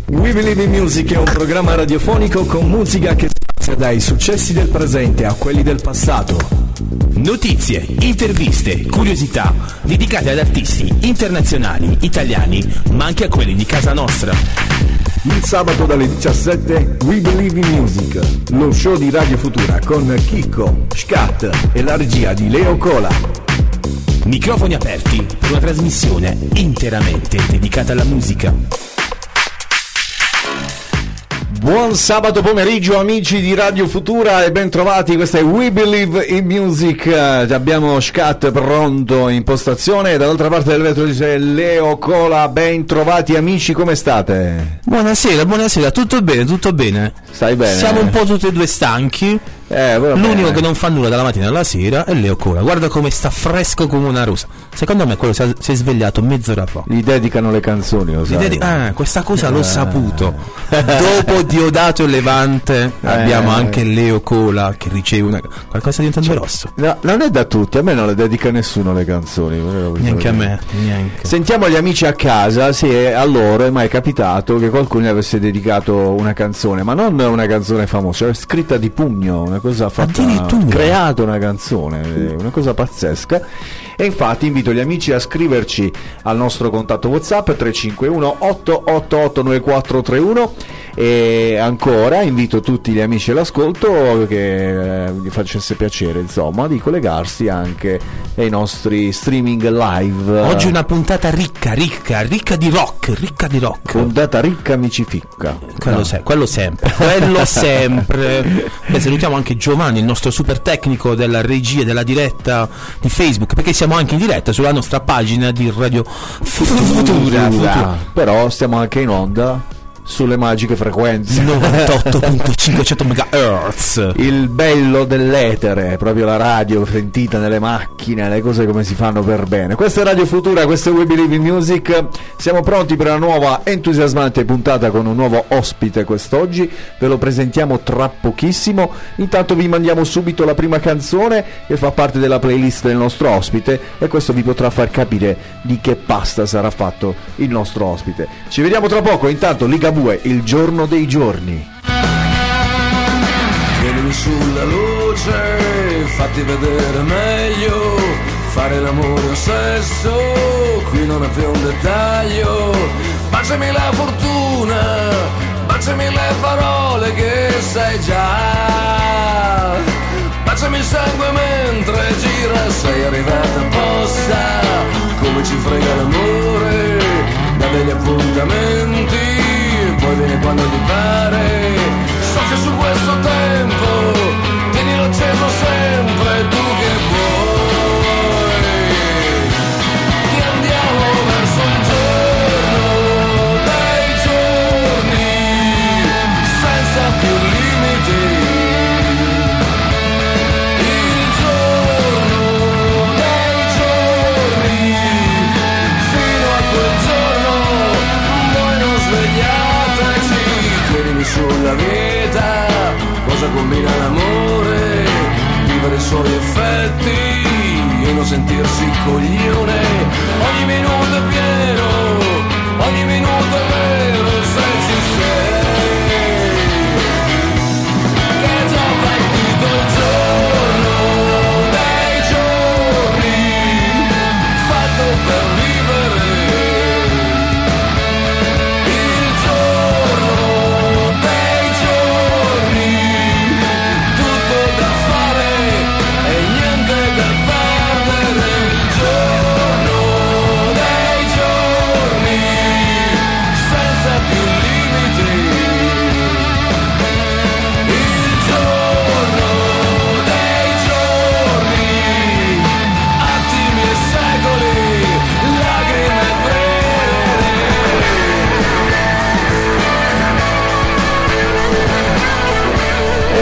We Believe in Music è un programma radiofonico con musica che spazia dai successi del presente a quelli del passato. Notizie, interviste, curiosità dedicate ad artisti internazionali, italiani, ma anche a quelli di casa nostra. Il sabato dalle 17 We Believe in Music, lo show di Radio Futura con Chicco, Scat e la regia di Leo Cola. Microfoni aperti per una trasmissione interamente dedicata alla musica. Buon sabato pomeriggio amici di Radio Futura e ben trovati, questa è We Believe in Music. Abbiamo Scat pronto in postazione e dall'altra parte del vetro c'è Leo Cola. Ben trovati amici, come state? Buonasera, tutto bene. Stai bene? Siamo un po' tutti e due stanchi. L'unico che non fa nulla dalla mattina alla sera è Leo Cola. Guarda come sta fresco come una rosa. Secondo me quello si è svegliato mezz'ora fa. Gli dedicano le canzoni, lo sai. Questa cosa l'ho saputo. Dopo Diodato e Levante abbiamo anche Leo Cola che riceve qualcosa di tanto grosso. No, non è da tutti, a me non le dedica nessuno le canzoni. Neanche a me, neanche. Sentiamo gli amici a casa se a loro è mai capitato che qualcuno gli avesse dedicato una canzone, ma non una canzone famosa, scritta di pugno, una cosa fatta, creato una canzone, una cosa pazzesca. E infatti invito gli amici a scriverci al nostro contatto WhatsApp 351 888 9431 e ancora invito tutti gli amici all'ascolto che gli facesse piacere insomma di collegarsi anche ai nostri streaming live. Oggi una puntata ricca di rock. Puntata ricca micificca. Quello sempre. Beh, salutiamo anche Giovanni, il nostro super tecnico della regia della diretta di Facebook, perché siamo anche in diretta sulla nostra pagina di Radio Futura. Però stiamo anche in onda sulle magiche frequenze 98.500 MHz. Il bello dell'etere, proprio la radio sentita nelle macchine, le cose come si fanno per bene. Questa è Radio Futura, questo è We Believe in Music. Siamo pronti per una nuova entusiasmante puntata con un nuovo ospite quest'oggi. Ve lo presentiamo tra pochissimo. Intanto vi mandiamo subito la prima canzone che fa parte della playlist del nostro ospite e questo vi potrà far capire di che pasta sarà fatto il nostro ospite. Ci vediamo tra poco. Intanto Ligabue, il giorno dei giorni. Vieni sulla luce, fatti vedere meglio, fare l'amore o sesso, qui non è più un dettaglio. Baciami la fortuna, baciami le parole che sai già, baciami il sangue mentre gira, sei arrivata apposta, come ci frega l'amore, da degli appuntamenti, poi viene quando ti pare, soffia su questo tempo, tienilo acceso sempre, tu che vuoi, ti andiamo verso un giorno dei giorni, senza più limiti, il giorno dei giorni, fino a quel giorno, voi non svegliateci, tienimi sulla vita, cosa combina l'amore, vivere i suoi effetti e non sentirsi coglione, ogni minuto è pieno, ogni minuto è vero, se ci sei, che è già partito il giorno dei giorni, fatto per vivere, il giorno dei giorni, tutto da fare e niente da perdere, il giorno dei giorni,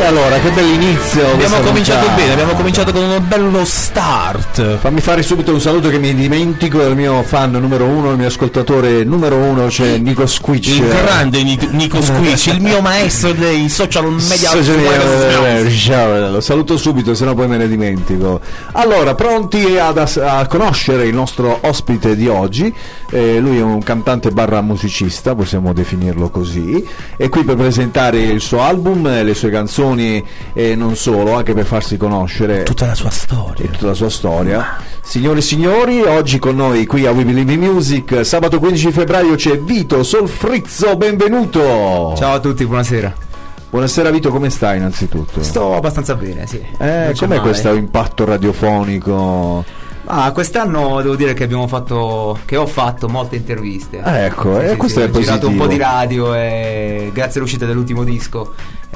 allora, che bell'inizio. Abbiamo cominciato puntata. bene, abbiamo cominciato con un bello start. Fammi fare subito un saluto che mi dimentico del mio fan numero uno, il mio ascoltatore numero uno, c'è Nico Squitch. Il grande Nico Squitch, il mio maestro dei social media. Lo saluto subito, se no poi me ne dimentico. Allora, pronti a conoscere il nostro ospite di oggi. Lui è un cantante barra musicista, possiamo definirlo così. È qui per presentare il suo album, le sue canzoni e non solo, anche per farsi conoscere Tutta la sua storia. tutta la sua storia. Signore e signori, oggi con noi qui a We Believe in Music, sabato 15 febbraio c'è Vito Solfrizzo, benvenuto. Ciao a tutti, buonasera. Buonasera Vito, come stai innanzitutto? Sto abbastanza bene, sì. Non c'è Com'è male. questo impatto radiofonico? Quest'anno devo dire che ho fatto molte interviste. Ecco, questo è ho girato un positivo. po' di radio e grazie all'uscita dell'ultimo disco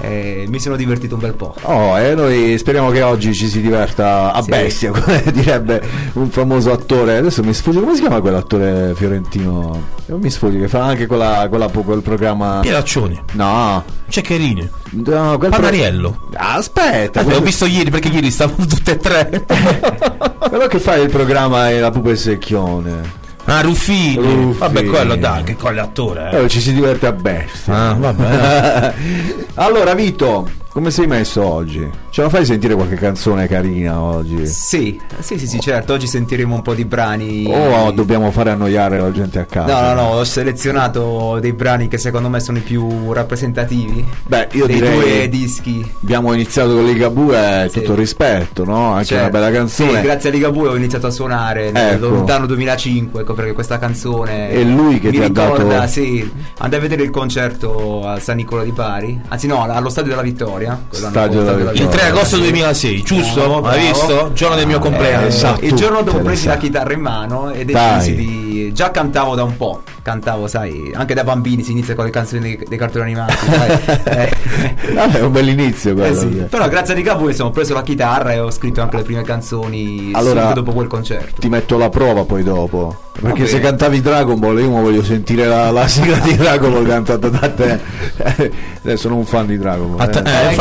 mi sono divertito un bel po'. Noi speriamo che oggi ci si diverta a Sì. bestia, come direbbe un famoso attore. Adesso mi sfugge, come si chiama quell'attore fiorentino? Non mi sfugge, che fa anche quel programma. Pieraccioni, No, Ceccherini, no, quel Panariello. Aspetta, L'ho visto ieri perché ieri stavano tutte e tre. quello che fa il programma è la Pupa e Secchione. Ah, Ruffini. Ruffini. Vabbè, quello dai, che con l'attore. Ci si diverte a bestia. Ah, vabbè. Allora Vito, come sei messo oggi? Ce la fai sentire qualche canzone carina oggi? Sì, certo. Oggi sentiremo un po' di brani. O dobbiamo fare annoiare la gente a casa? No, ho selezionato dei brani che secondo me sono i più rappresentativi. Beh, io dei direi due dischi. abbiamo iniziato con Ligabue, Sì. tutto rispetto, no? Anche Certo. una bella canzone. Sì, grazie a Ligabue ho iniziato a suonare nel Ecco. lontano 2005, ecco perché questa canzone È lui che mi ti ha ricorda, dato- sì, andai a vedere il concerto al San Nicola di Bari, anzi no, allo Stadio della Vittoria, quell'anno Stadio dopo, della Il 3 agosto 2006, giusto? Bravo, Hai bravo. visto? Giorno del mio compleanno. esatto. Il giorno dopo Tutte le presi la sa. chitarra in mano e Dai. decisi di... Già cantavo da un po', sai, anche da bambini si inizia con le canzoni dei cartoni animati, sai. Vabbè, è un bell'inizio quello. Sì. Però grazie a Ligabue ho preso la chitarra e ho scritto anche le prime canzoni Allora, subito dopo quel concerto. Ti metto alla prova poi dopo. Perché Va se bene. cantavi Dragon Ball, io mi voglio sentire la sigla di Dragon Ball cantata da te. Adesso sono un fan di Dragon Ball.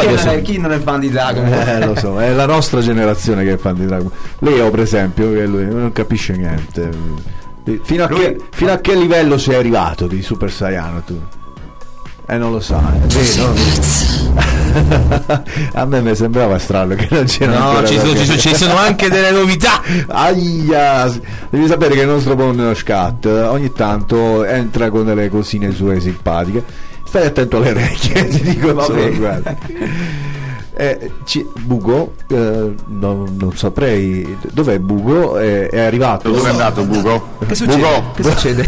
Chi non è fan di Dragon? Lo so, è la nostra generazione che è fan di Dragon Ball. Leo, per esempio, che lui non capisce niente. Fino a che livello sei arrivato di Super Saiyan tu? Non lo sa, a me mi sembrava strano che non c'era No, ci sono anche delle novità. Aia, devi sapere che il nostro buon Scat ogni tanto entra con delle cosine sue simpatiche. Stai attento alle orecchie, ti dico solo, guarda. Bugo, non saprei dov'è Bugo, è arrivato. Dove è andato Bugo? Che succede? Bugo. Che succede?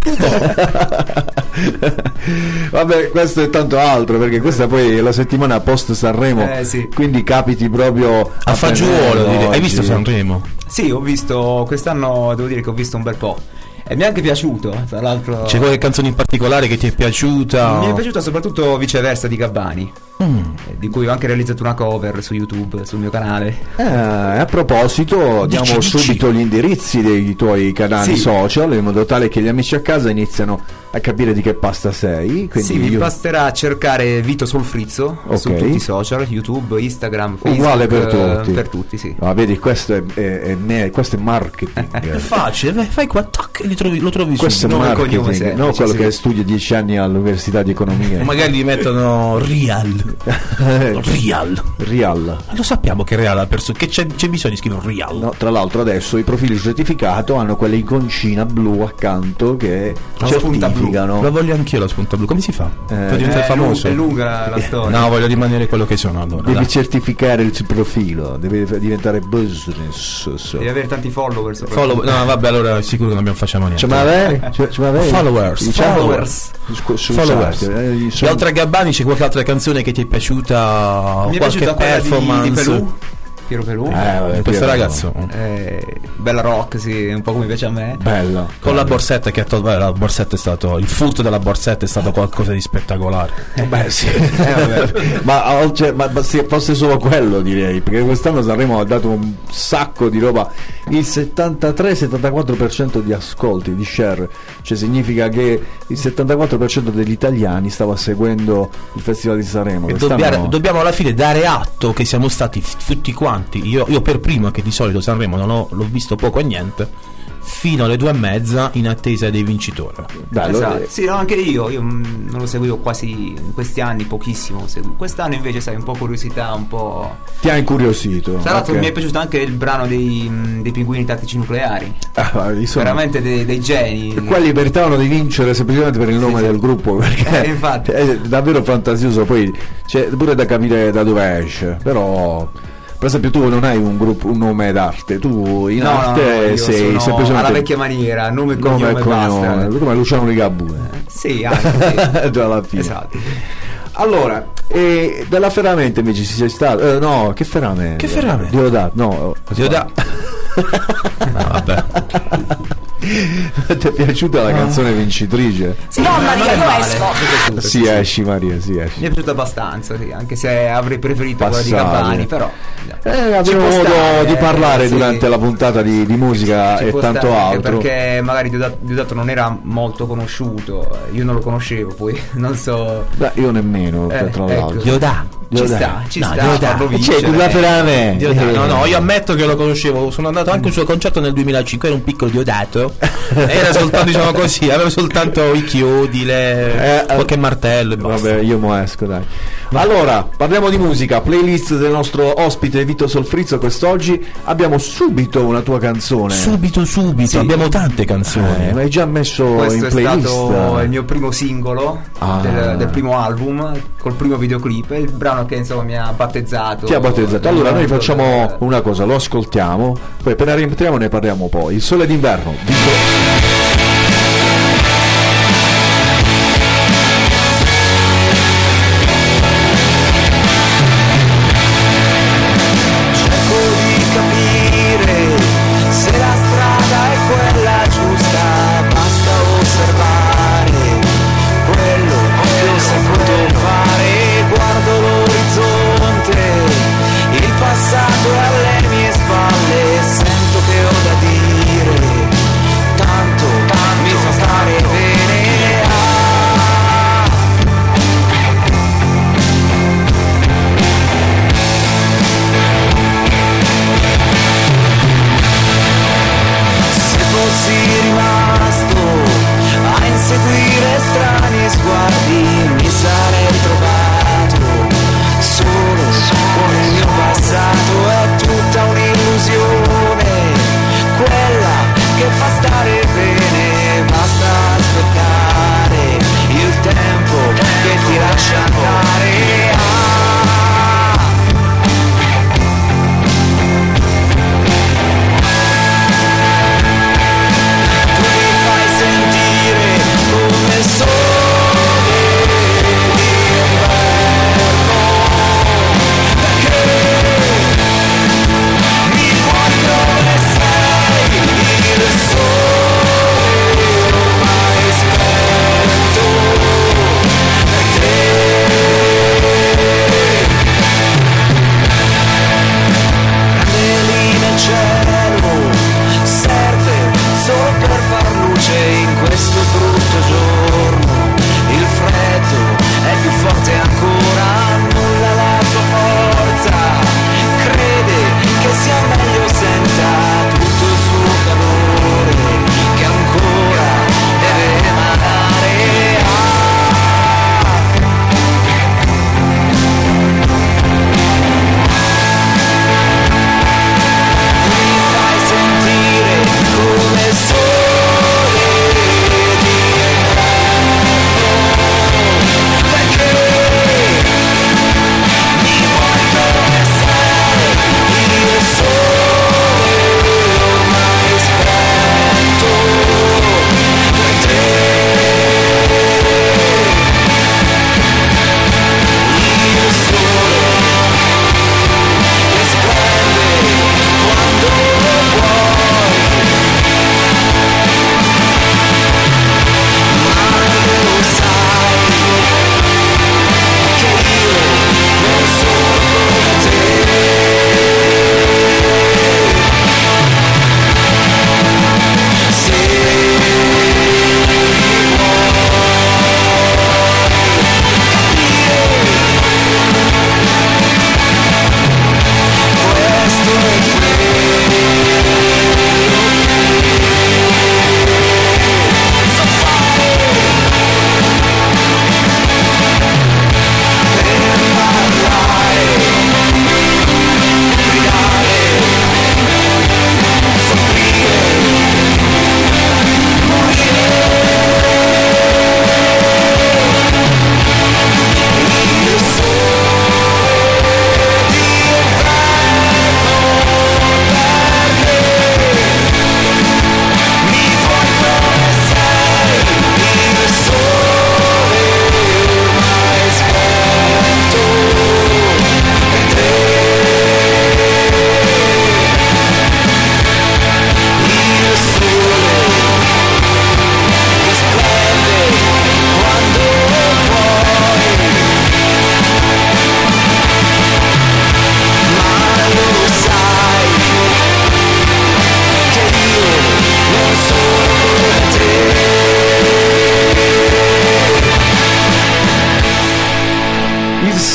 Vabbè, questo è tanto altro perché questa poi è la settimana post Sanremo, Sì. quindi capiti proprio A fagiolo, pennello direi. Hai oggi. visto Sanremo? Sì, ho visto quest'anno, devo dire che ho visto un bel po'. E mi è anche piaciuto, tra l'altro. C'è qualche canzone in particolare che ti è piaciuta? Mi è piaciuta soprattutto Viceversa di Gabbani, di cui ho anche realizzato una cover su YouTube, sul mio canale. A proposito, diamo Dici. subito gli indirizzi dei tuoi canali Sì. social in modo tale che gli amici a casa iniziano a capire di che pasta sei. Quindi Sì, vi basterà cercare Vito Solfrizzo su Ok. tutti i social, YouTube, Instagram, Facebook. Uguale per tutti. Per tutti, sì. No, vedi, questo questo è marketing. È facile, vai, fai qua, tac, e lo trovi Questo è subito. nome e cognome marketing, semplice, non quello sì. che studia 10 anni all'università di economia. Magari gli mettono Real. Real. Real. Lo sappiamo che Real ha perso. Che c'è bisogno di scrivere Real. No, tra l'altro adesso i profili certificato hanno quella iconcina blu accanto che La spunta blu. certificano. Lo voglio anch'io la spunta blu. Come si fa? Per diventare famoso? È lunga la storia. No, voglio rimanere quello che sono allora. Devi dai. certificare il profilo, deve diventare business. Devi avere tanti follower. Follow- no, vabbè, allora sicuro che non facciamo niente. C'è magari Followers. Followers. Followers. E oltre a Gabbani c'è qualche altra canzone che ti è piaciuta? Mi è qualche piaciuta quella di performance? Pelù. Piero Pelù. Vabbè, Questo Piero. ragazzo Bella rock, sì, un po' come piace a me. Bella. con la borsetta che ha tolto, la borsetta è stato, il furto della borsetta è stato qualcosa di spettacolare. Beh, sì. ma se fosse solo quello, direi, perché quest'anno Sanremo ha dato un sacco di roba, il 73-74% di ascolti, di share, cioè significa che il 74% degli italiani stava seguendo il Festival di Sanremo. E dobbiamo alla fine dare atto che siamo stati tutti quanti, io per primo, che di solito Sanremo l'ho visto poco e niente, fino alle 2:30 in attesa dei vincitori. Dai, Esatto. Sì, no, anche io non lo seguivo quasi in questi anni, pochissimo. Quest'anno invece, sai, un po' curiosità, un po'. ti ha incuriosito. Tra l'altro Ok. mi è piaciuto anche il brano dei Pinguini Tattici Nucleari. Insomma, Veramente dei geni. quelli meritavano di vincere semplicemente per il nome del gruppo, perché infatti. è davvero fantasioso. Poi c'è pure da capire da dove esce, però per esempio tu non hai un nome d'arte, tu in arte io sei sono semplicemente alla vecchia maniera, nome e cognome e basta. come Luciano Ligabue. Sì, anche sì. Già alla fine. Esatto. Allora, della Ferramente invece ci sei stato? No, che Ferramente? Che Ferramente? Diodato, no. No, vabbè. Ti è piaciuta la canzone vincitrice? Sì, No, non Maria, è io male. esco. Mi è piaciuta, Sì, esci Maria, sì, esci. Mi è piaciuta abbastanza, sì, anche se avrei preferito quella di Passate. Campani, però Avremo ci può modo stare, di parlare sì. durante la puntata di musica Ci e può tanto stare, anche altro. perché magari Diodato non era molto conosciuto, io non lo conoscevo, poi non so. Beh, io nemmeno, tra Ecco. l'altro. Ci sta, No, farlo C'è vincere. la Ferramente. No, io ammetto che lo conoscevo, sono andato anche a un suo concerto nel 2005, era un piccolo Diodato, era soltanto, diciamo così, aveva soltanto i chiodi, qualche martello e basta. Vabbè, io mo esco, dai. Allora, parliamo di musica, playlist del nostro ospite Vito Solfrizzo. Quest'oggi abbiamo subito una tua canzone. Subito, Sì. abbiamo tante canzoni. Ma hai già messo Questo in è playlist? stato il mio primo singolo Ah. del primo album, col primo videoclip, il brano che insomma mi ha battezzato. Ti ha battezzato. Allora noi facciamo una cosa, lo ascoltiamo, poi appena rientriamo ne parliamo poi. Il sole d'inverno, Vito. Cerco di capire se la strada è quella giusta, basta osservare quello che ho saputo fare, guardo l'orizzonte, il passato è alle mie spalle, sento che ho da dire, tanto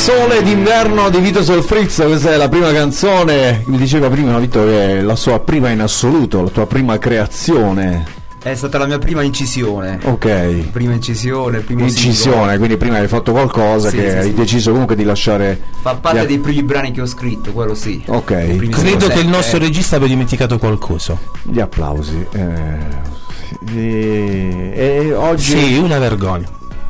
Sole d'inverno di Vito Solfrizzo, questa è la prima canzone, mi diceva prima Vito che è la sua prima in assoluto, la tua prima creazione. È stata la mia prima incisione. Ok. Prima incisione, primo incisione, singolo. quindi prima hai fatto qualcosa hai deciso comunque di lasciare. Fa parte dei primi brani che ho scritto, quello sì. Ok. Credo che il nostro regista abbia dimenticato qualcosa. Gli applausi. E oggi. Sì, una vergogna.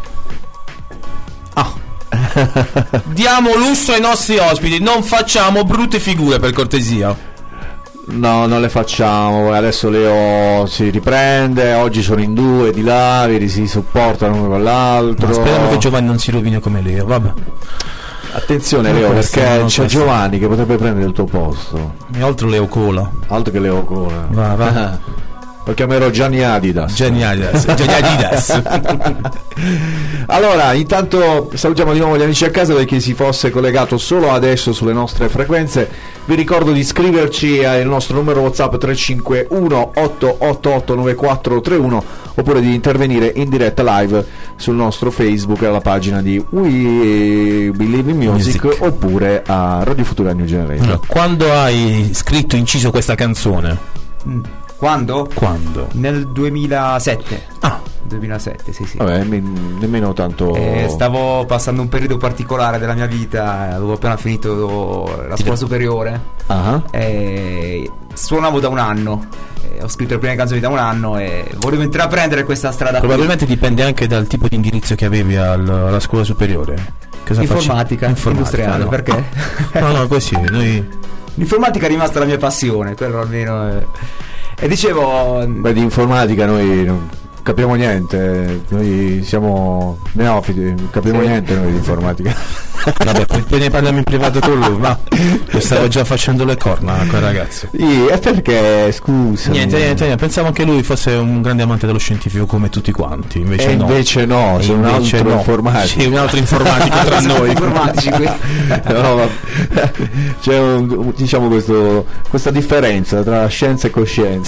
Diamo lustro ai nostri ospiti, non facciamo brutte figure per cortesia. No, non le facciamo. Adesso Leo si riprende. Oggi sono in due di là, si supportano uno con l'altro. Ma speriamo che Giovanni non si rovini come Leo. Vabbè. Attenzione Leo, perché c'è Giovanni che potrebbe prendere il tuo posto. E altro Leo Cola. Altro che Leo Cola. Va. Lo chiamerò Gianni Adidas. Gianni Adidas. Allora, intanto salutiamo di nuovo gli amici a casa. Per chi si fosse collegato solo adesso sulle nostre frequenze, vi ricordo di iscriverci al nostro numero WhatsApp 351 888 9431 oppure di intervenire in diretta live sul nostro Facebook alla pagina di We Believe in Music oppure a Radio Futura New Generation. Allora, quando hai scritto, inciso questa canzone? Quando? Nel 2007. 2007, sì. Vabbè, nemmeno tanto. Stavo passando un periodo particolare della mia vita, avevo appena finito la scuola superiore. Suonavo da un anno. Ho scritto le prime canzoni da un anno e volevo intraprendere questa strada. Probabilmente dipende anche dal tipo di indirizzo che avevi alla scuola superiore. Informatica industriale, no. Perché? No, così l'informatica è rimasta la mia passione, quello almeno e dicevo. Beh, di informatica noi non capiamo niente, noi siamo neofiti, non capiamo niente noi di informatica. Vabbè, poi ne parliamo in privato con lui, ma io stavo già facendo le corna quel ragazzo. Sì, e perché, scusa? Niente, pensavo anche lui fosse un grande amante dello scientifico come tutti quanti, invece no, c'è un altro informatico. Sì, un altro informatico tra noi. Informatici qui. No, c'è diciamo questa differenza tra scienza e coscienza.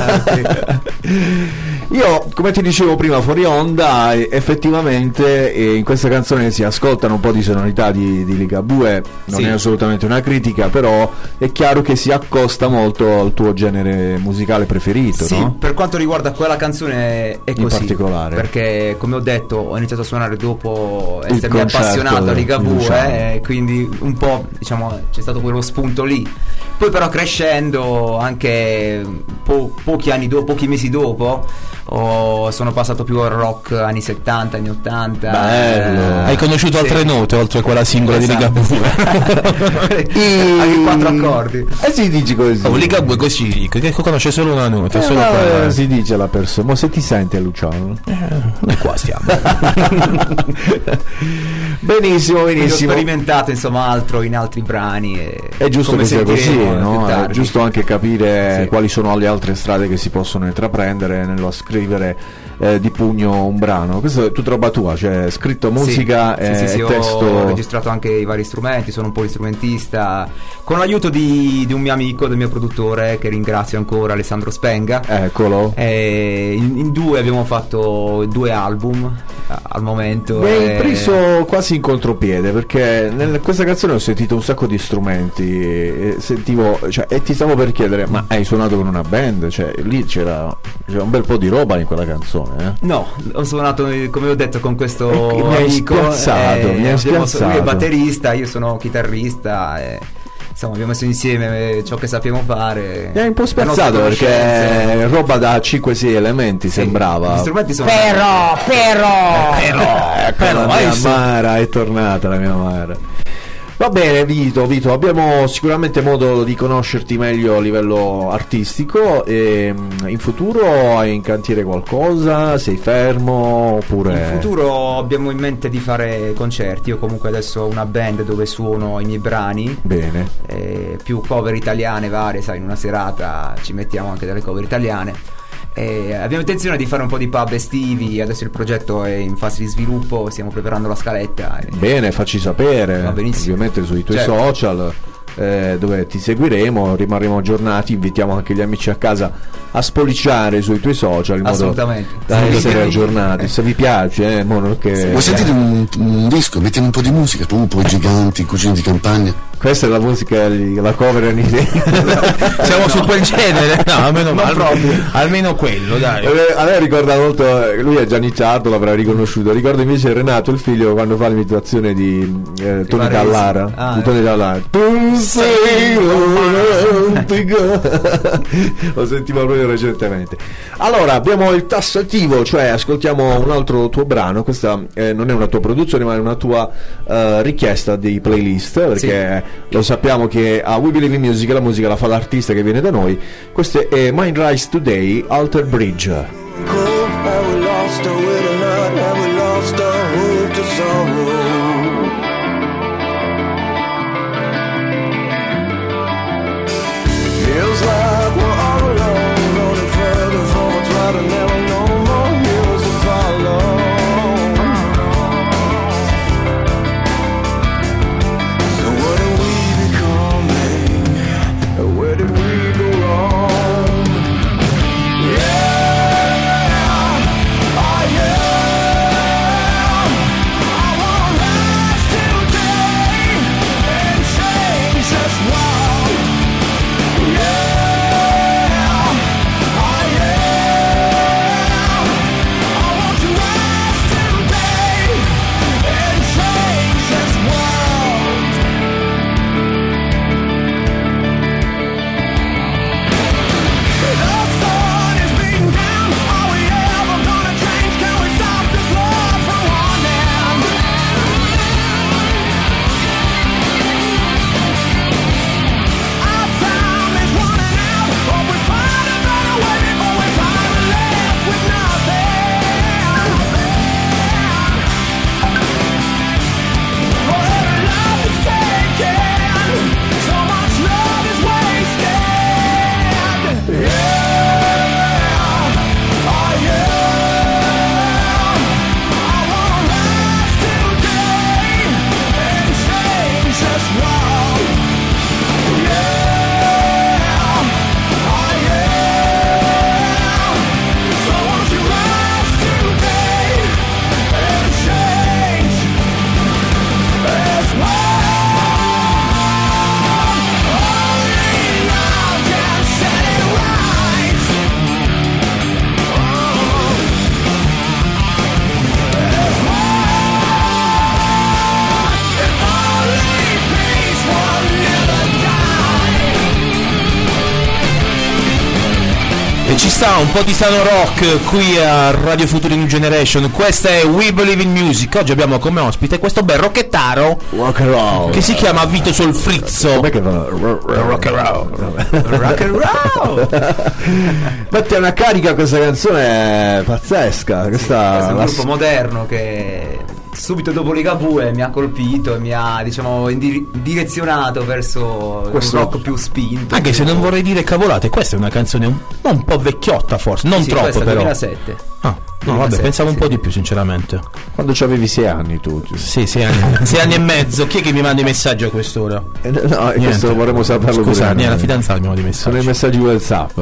Io, come ti dicevo prima fuori onda, effettivamente in questa canzone si ascoltano un po' di sonorità di Ligabue, non è assolutamente una critica, però è chiaro che si accosta molto al tuo genere musicale preferito, sì, no? Per quanto riguarda quella canzone è così, in particolare, perché come ho detto ho iniziato a suonare dopo essermi appassionato a Ligabue, quindi un po', diciamo, c'è stato quello spunto lì. Poi però crescendo, anche pochi mesi dopo, sono passato più al rock anni 70, anni 80. Bello. Hai conosciuto altre note oltre quella singola di Ligabue? Anche 4 accordi. Si dice così. Ligabue così, che conosce solo una nota, solo quella. Si dice alla persona. Ma se ti senti a Luciano? Noi qua stiamo. Benissimo. Quindi ho sperimentato insomma altro in altri brani. È giusto che sia così, no? È tardi. giusto anche capire quali sono le altre strade che si possono intraprendere nello scrivere di pugno un brano. Questo è tutta roba tua, cioè scritto musica e testo. Ho registrato anche i vari strumenti, sono un po' strumentista con l'aiuto di un mio amico, del mio produttore, che ringrazio ancora, Alessandro Spenga. Eccolo. In due abbiamo fatto 2 album al momento. Mi hai preso quasi in contropiede, perché in questa canzone ho sentito un sacco di strumenti e ti stavo per chiedere, ma hai suonato con una band? Cioè lì c'era un bel po' di roba in quella canzone, No, ho suonato, come ho detto, con questo mi hai amico. Mi hai spiazzato. Lui è batterista, io sono chitarrista. Insomma, abbiamo messo insieme ciò che sappiamo fare. Mi hai un po' spiazzato perché roba da 5-6 elementi sembrava. Gli strumenti sono. La mia Mara è tornata, la mia Mara. Va bene, Vito, abbiamo sicuramente modo di conoscerti meglio a livello artistico. E in futuro hai in cantiere qualcosa? Sei fermo oppure? In futuro abbiamo in mente di fare concerti. Io comunque adesso ho una band dove suono i miei brani. Bene. Più cover italiane varie, sai, in una serata ci mettiamo anche delle cover italiane. Abbiamo intenzione di fare un po' di pub estivi. Adesso il progetto è in fase di sviluppo, stiamo preparando la scaletta. Bene, facci sapere. Va benissimo. Ovviamente sui tuoi social. dove ti seguiremo, rimarremo aggiornati, invitiamo anche gli amici a casa a spolliciare sui tuoi social in modo da essere aggiornati. Se vi piace, vuoi sentire un disco, mettiamo un po' di musica, tu poi Giganti, Cugini di Campagna. Questa è la musica, la cover siamo su quel genere, no, almeno quello, dai. A me ricorda molto, lui è Gianni Ciardo, l'avrà riconosciuto, ricordo invece Renato il figlio quando fa l'imitazione di Tony Dallara, di Tony Dallara. Tu sei lo sentivo proprio recentemente. Allora abbiamo il tassativo, cioè ascoltiamo un altro tuo brano. Questa non è una tua produzione, ma è una tua richiesta di playlist, perché lo sappiamo che a We Believe in Music la musica la fa l'artista che viene da noi. Questo è Mind Rise Today, Alter Bridge. Feels like we're all alone, running further from what's right and never no more hills to follow. So what are we becoming? Where did we go wrong? Yeah, oh yeah, I wanna rise today and change this world. Ci sta un po' di sano rock qui a Radio Future New Generation. Questa è We Believe in Music. Oggi abbiamo come ospite questo bel rockettaro rock and roll che si chiama Vito Solfrizzo. Com'è che fa? Rock and roll. Rock and roll. Mette una carica questa canzone pazzesca. Questa è un gruppo moderno che subito dopo Ligabue mi ha colpito e mi ha, diciamo, direzionato verso questo un rock più spinto. Anche se non vorrei dire cavolate, questa è una canzone un po' vecchiotta forse, non troppo però. 2007. Ah, no, vabbè, pensavo un po' di più sinceramente. Quando c'avevi 6 anni tu? Sì, 6 anni. 6 anni e mezzo. Chi è che mi manda i messaggi a quest'ora? No, questo lo vorremmo saperlo. Scusa, la fidanzata mi manda i messaggi. Sono i messaggi WhatsApp.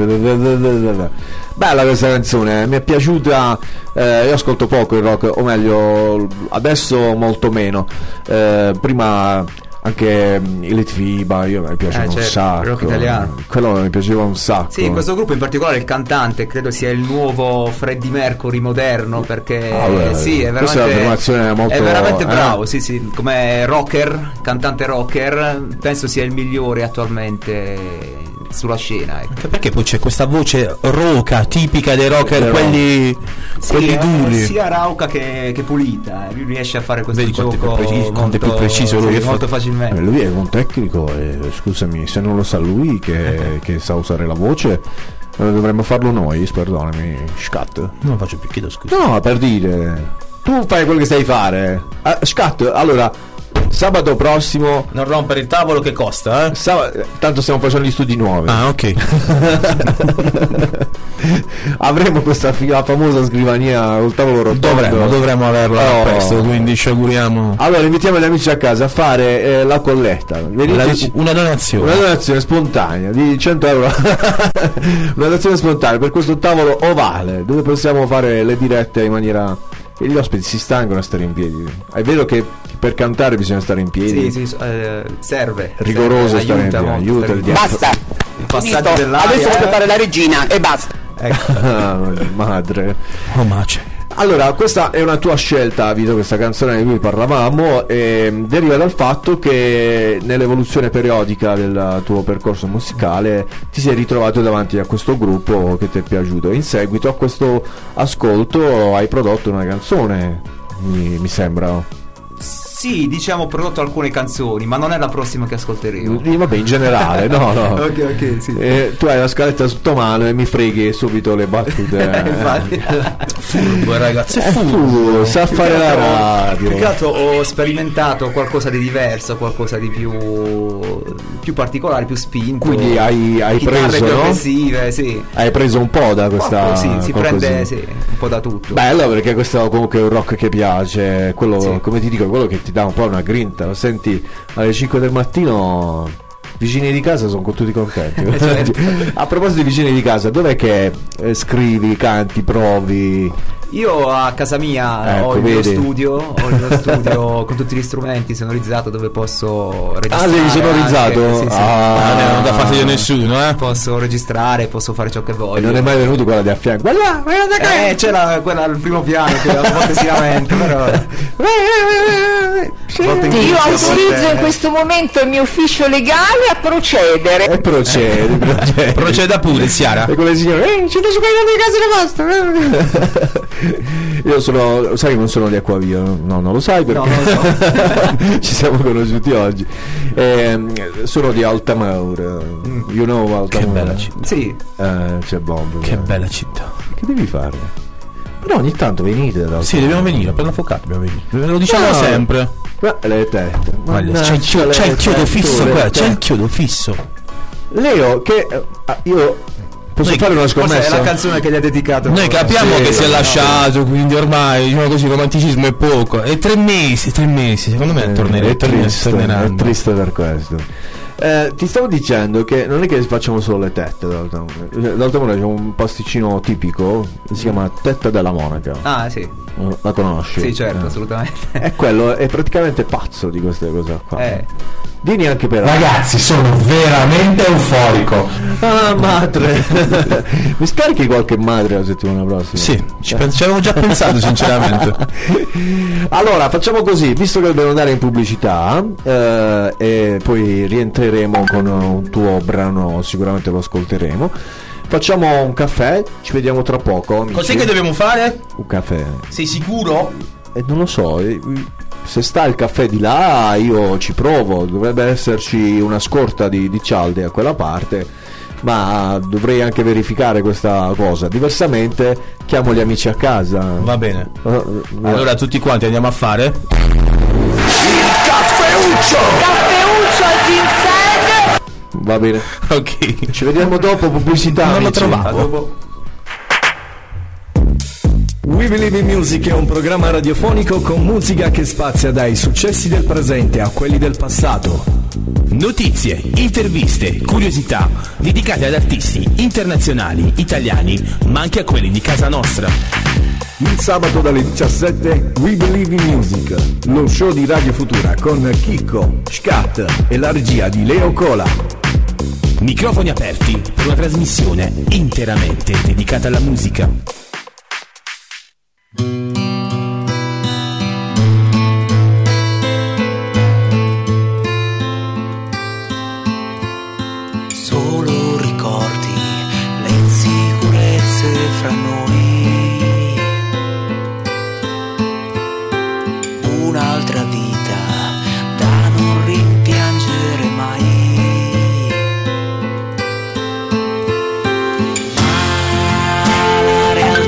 Bella questa canzone, mi è piaciuta. Io ascolto poco il rock, o meglio adesso molto meno. Prima anche i Litfiba mi piaceva un sacco, rock italiano, quello mi piaceva un sacco. Sì, in questo gruppo in particolare il cantante credo sia il nuovo Freddie Mercury moderno, perché sì, è veramente bravo, sì, come rocker, cantante rocker, penso sia il migliore attualmente sulla scena, ecco. Anche perché poi c'è questa voce rauca tipica dei rocker, quelli duri, sia rauca che pulita. Lui riesce a fare questo gioco molto più preciso, lui molto facilmente. Lui è un tecnico, scusami, se non lo sa lui che sa usare la voce, dovremmo farlo noi, perdonami, Scat. Non faccio più, chiedo scusa. No, per dire, tu fai quello che sai fare. Scat, allora Sabato prossimo. Non rompere il tavolo che costa, eh? Tanto stiamo facendo gli studi nuovi. Ah, ok. Avremo questa famosa scrivania col tavolo rotondo. Dovremmo averla presto, quindi ci auguriamo. Allora invitiamo gli amici a casa a fare la colletta. Una donazione spontanea di 100 euro. Una donazione spontanea per questo tavolo ovale dove possiamo fare le dirette in maniera. E gli ospiti si stancano a stare in piedi. È vero che per cantare bisogna stare in piedi. Sì, serve. Rigoroso serve, stare in piedi. Aiuta il diavolo. Basta. Il passaggio dell'aria. Adesso voglio fare la regina e basta. Madre. Oh, mace. Allora, questa è una tua scelta, Vito, questa canzone di cui parlavamo, e deriva dal fatto che nell'evoluzione periodica del tuo percorso musicale ti sei ritrovato davanti a questo gruppo che ti è piaciuto e in seguito a questo ascolto hai prodotto una canzone, mi sembra. Sì, diciamo, ho prodotto alcune canzoni, ma non è la prossima che ascolteremo. Vabbè, in generale, no. ok, sì. Tu hai la scaletta sotto mano e mi freghi subito le battute. Infatti. Furbo, ragazzi, è furbo, sa fare la radio. Più che altro ho sperimentato qualcosa di diverso, qualcosa di più particolare, più spinto. Quindi hai preso, più no? aggressive, sì. Hai preso un po' da questa. Sì, si prende un po' da tutto. Bello, perché questo comunque è un rock che piace, quello, sì. Come ti dico, quello che ti dà un po' una grinta. Lo senti alle 5 del mattino, vicini di casa sono tutti contenti. Certo. A proposito di vicini di casa, dov'è che scrivi, canti, provi? Io a casa mia ho il mio studio con tutti gli strumenti sonorizzato dove posso registrare. Ah, sei sonorizzato? Sì. Non dà fastidio a nessuno, eh? Posso registrare, posso fare ciò che voglio. E non è mai venuto quella di a fianco? C'era quella al primo piano che a volte si lamenta, però. Io autorizzo in questo momento il mio ufficio legale a procedere. E procede. Proceda pure, Chiara. E con le signore, siete su di casa di posto. Io sai che non sono di Acquavia, no, non lo sai perché no, non lo so. Ci siamo conosciuti oggi. Sono di Altamura. You know Altamura. Che bella città. Sì. C'è bomba. Che bella città. Che devi fare? Però ogni tanto venite da. Sì, dobbiamo venire, per la focata dobbiamo venire. Lo diciamo sempre. Le tette. C'è il chiodo fisso qua, c'è il chiodo fisso. Leo, che io posso fare una scommessa? È la canzone che gli ha dedicato. Noi capiamo che si è lasciato, quindi ormai diciamo così, romanticismo è poco. E 3 mesi, secondo me torneranno. È triste per questo. Ti stavo dicendo che non è che facciamo solo le tette d'Altamura c'è un pasticcino tipico che si chiama tetta della monaca. Ah, sì. La conosci? Sì, certo, assolutamente. E quello è praticamente pazzo di queste cose qua. Vieni anche per ragazzi, sono veramente euforico. Ah, madre. Mi scarichi qualche madre la settimana prossima? Sì, ci avevo già pensato sinceramente. Allora facciamo così, visto che dobbiamo andare in pubblicità e poi rientreremo con un tuo brano, sicuramente lo ascolteremo. Facciamo un caffè, ci vediamo tra poco, amici. Cos'è che dobbiamo fare? Un caffè. Sei sicuro? Non lo so, se sta il caffè di là io ci provo, dovrebbe esserci una scorta di cialde a quella parte, ma dovrei anche verificare questa cosa, diversamente chiamo gli amici a casa. Va bene. Allora tutti quanti andiamo a fare Il caffeuccio al ginseng. Va bene. Ok. Ci vediamo dopo pubblicità. Non l'ho amici. trovato. We Believe in Music è un programma radiofonico con musica che spazia dai successi del presente a quelli del passato. Notizie, interviste, curiosità dedicate ad artisti internazionali, italiani, ma anche a quelli di casa nostra. Il sabato dalle 17 We Believe in Music, lo show di Radio Futura con Chicco, Scat e la regia di Leo Cola. Microfoni aperti per una trasmissione interamente dedicata alla musica. Solo ricordi le insicurezze fra noi, un'altra vita da non rimpiangere mai. Ma la realtà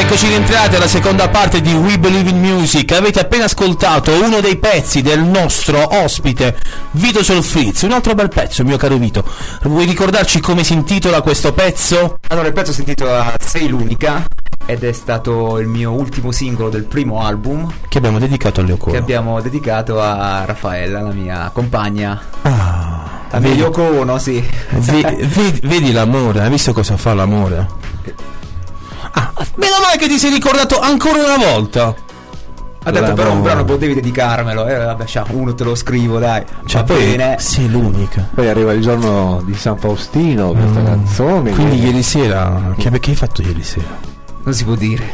Eccoci rientrati alla seconda parte di We Believe in Music. Avete appena ascoltato uno dei pezzi del nostro ospite Vito Solfriz, un altro bel pezzo, mio caro Vito. Vuoi ricordarci come si intitola questo pezzo? Allora, il pezzo si intitola Sei l'unica ed è stato il mio ultimo singolo del primo album che abbiamo dedicato a Yoko Ono. Che abbiamo dedicato a Raffaella, la mia compagna. La mia Yoko Ono, sì. Vedi l'amore, hai visto cosa fa l'amore? Meno male che ti sei ricordato ancora una volta. Ha detto però un brano potevi dedicarmelo. Vabbè, uno te lo scrivo, dai. Cioè, poi bene. Sei l'unica. Poi arriva il giorno di San Faustino, questa canzone. Quindi ieri sera, che hai fatto ieri sera? Non si può dire.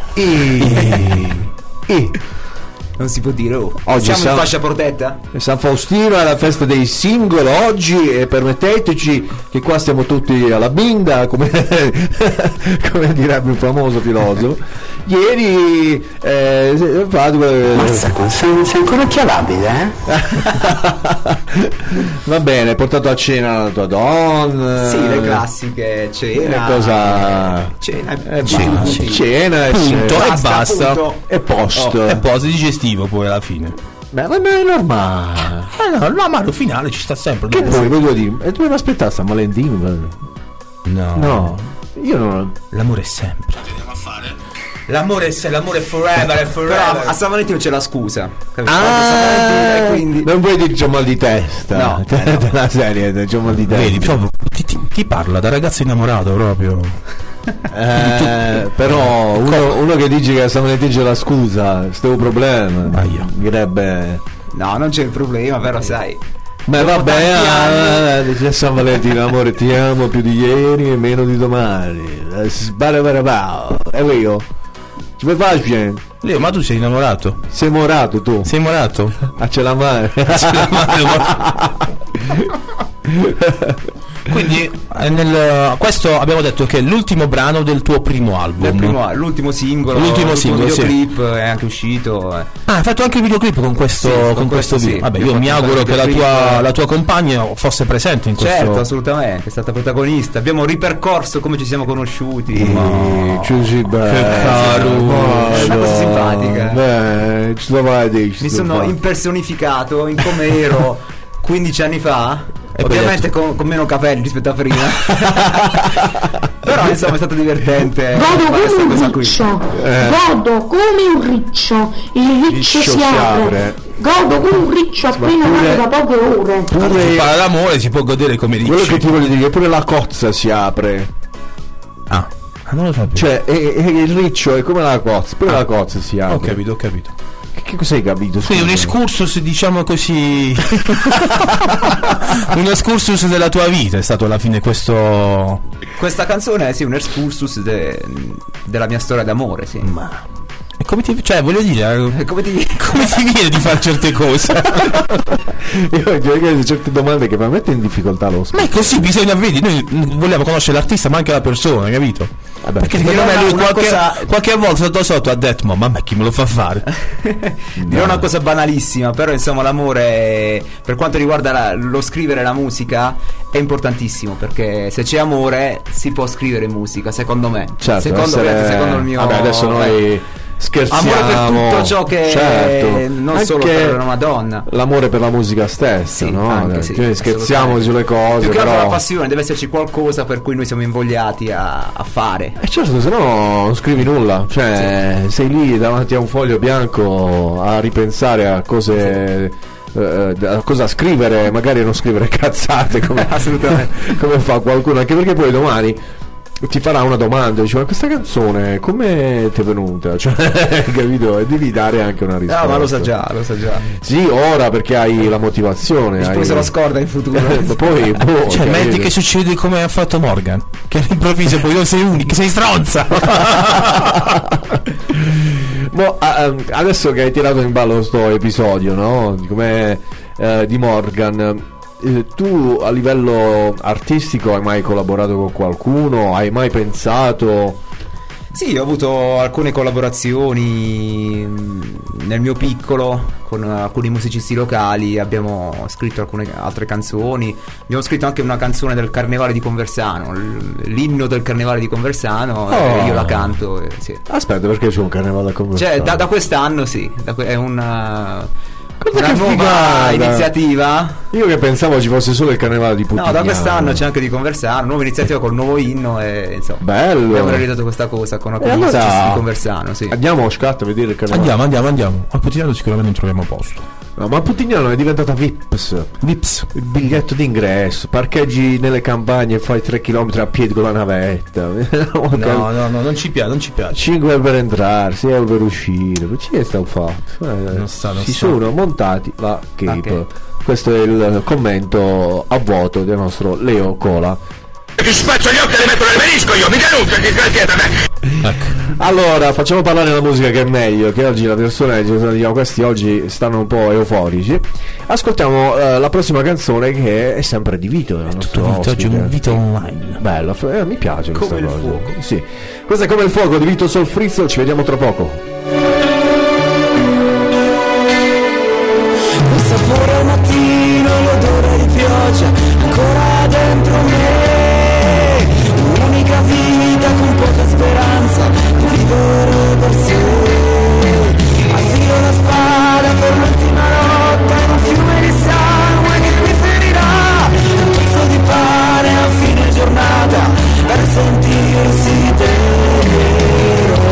Non si può dire. Oggi siamo in fascia protetta? San Faustino è la festa dei single oggi, e permetteteci che qua stiamo tutti alla binda, come direbbe un famoso filosofo. Ieri Mazza, sei ancora chiavabile, Va bene, hai portato a cena la tua donna. Sì, le classiche cena. Cena e basta. E post. E post digestivo poi alla fine. Beh, ma è normale. L'amaro finale ci sta sempre. Che poi voglio dire, e doveva aspettare San Valentino? No, io non. L'amore è sempre. Andiamo a fare. L'amore è forever e forever. Però a San Valentino c'è la scusa. Quindi non vuoi dire c'ho mal di testa? No. La serie c'ho mal di testa. Vedi, proprio ti parla da ragazzo innamorato proprio. Però uno che dice che a San Valentino c'è la scusa, sto un problema. Direbbe no, non c'è il problema, però sai. Beh, vabbè, dice a San Valentino, amore, ti amo più di ieri e meno di domani. È vero. Ci fai facile? Leo, ma tu sei innamorato? Sei morato tu? Sei morato? C'è la mano. Quindi questo abbiamo detto che è l'ultimo brano del tuo primo album. L'ultimo singolo. L'ultimo videoclip è anche uscito. Hai fatto anche il videoclip con questo, con questo video. Sì. Vabbè, io mi auguro che la tua compagna fosse presente in questo. Certo, assolutamente, è stata protagonista. Abbiamo ripercorso come ci siamo conosciuti. Che caro. È una cosa simpatica. Mi sono impersonificato in come ero 15 anni fa. E ovviamente con meno capelli rispetto a prima. Però insomma è stato divertente. Godo come un riccio. Godo come un riccio. Il riccio si apre. Godo come un riccio appena nato da poche ore. Pure l'amore si può godere come riccio. Quello che ti voglio dire è che pure la cozza si apre. Non lo sapevo. Cioè il riccio è come la cozza. Pure la cozza si apre. Ho capito. Che cosa hai capito? Quindi un excursus, diciamo così. Un excursus della tua vita è stato alla fine questa canzone è un excursus della mia storia d'amore, sì. Ma e come ti, cioè voglio dire, come ti viene di fare certe cose? Io chiedo certe domande che mi mettono in difficoltà lo so. Ma è così, bisogna vedi, noi vogliamo conoscere l'artista ma anche la persona, capito? Vabbè, perché secondo me lui qualche volta sotto ha detto ma chi me lo fa fare? Dirò una cosa banalissima, però insomma l'amore per quanto riguarda lo scrivere la musica è importantissimo, perché se c'è amore si può scrivere musica, secondo me. Certo, secondo il mio. Vabbè, adesso noi scherziamo. Amore per tutto ciò che certo. non anche solo per una Madonna. L'amore per la musica stessa, sì, no? Anche, sì, scherziamo sulle cose. Più che però la passione, deve esserci qualcosa per cui noi siamo invogliati a fare. Certo, se no non scrivi nulla. Cioè, sei lì davanti a un foglio bianco a ripensare a cose. A cosa scrivere, magari non scrivere cazzate come, assolutamente come fa qualcuno, anche perché poi domani ti farà una domanda, dice ma questa canzone come ti è venuta, cioè, capito? E devi dare anche una risposta. Ma lo sa già. Sì, ora perché hai la motivazione, poi se lo scorda in futuro. Poi cioè metti che succede come ha fatto Morgan, che all'improvviso poi non sei unico, sei stronza. Adesso che hai tirato in ballo sto episodio, no? Come di Morgan, tu a livello artistico hai mai collaborato con qualcuno? Hai mai pensato Sì, ho avuto alcune collaborazioni nel mio piccolo con alcuni musicisti locali, abbiamo scritto alcune altre canzoni, abbiamo scritto anche una canzone del Carnevale di Conversano, l'inno del Carnevale di Conversano, e io la canto. Sì. Aspetta, perché c'è un Carnevale a Conversano? Cioè, da quest'anno sì, è una che nuova figata. iniziativa. Io che pensavo ci fosse solo il Carnevale di Putignano. No, da quest'anno c'è anche di Conversano, nuova iniziativa col nuovo inno e insomma. Bello. Abbiamo realizzato questa cosa con alcuni musicisti di Conversano, sì. Andiamo Scat a vedere il Carnevale. Andiamo. A Putignano sicuramente non troviamo posto. No, ma Putignano è diventata Vips. Il biglietto d'ingresso, parcheggi nelle campagne e fai 3 km a piedi con la navetta. No, non ci piace. 5 per entrare, 6 euro per uscire. Ma ci sta un fatto. Si sono montati la Cape. Okay. Questo è il commento a vuoto del nostro Leo Cola. Ti spaccio gli occhi e li metto nel menisco io, mica non che dietro me. Ecco. Allora, facciamo parlare la musica che è meglio, che oggi la persona diciamo, questi oggi stanno un po' euforici. Ascoltiamo la prossima canzone che è sempre di Vito, il nostro ospite. Oggi è un Vito online. Bello, mi piace questa come cosa. Il fuoco. Sì. Questo è Come il fuoco di Vito Solfrizzo, ci vediamo tra poco. Il sapore al mattino, l'odore di pioggia ancora dentro me. Un'unica vita con poca speranza di vivere per sé. Affilo la spada per l'ultima lotta in un fiume di sangue che mi ferirà. Un pezzo di pane a fine giornata per sentirsi tenero.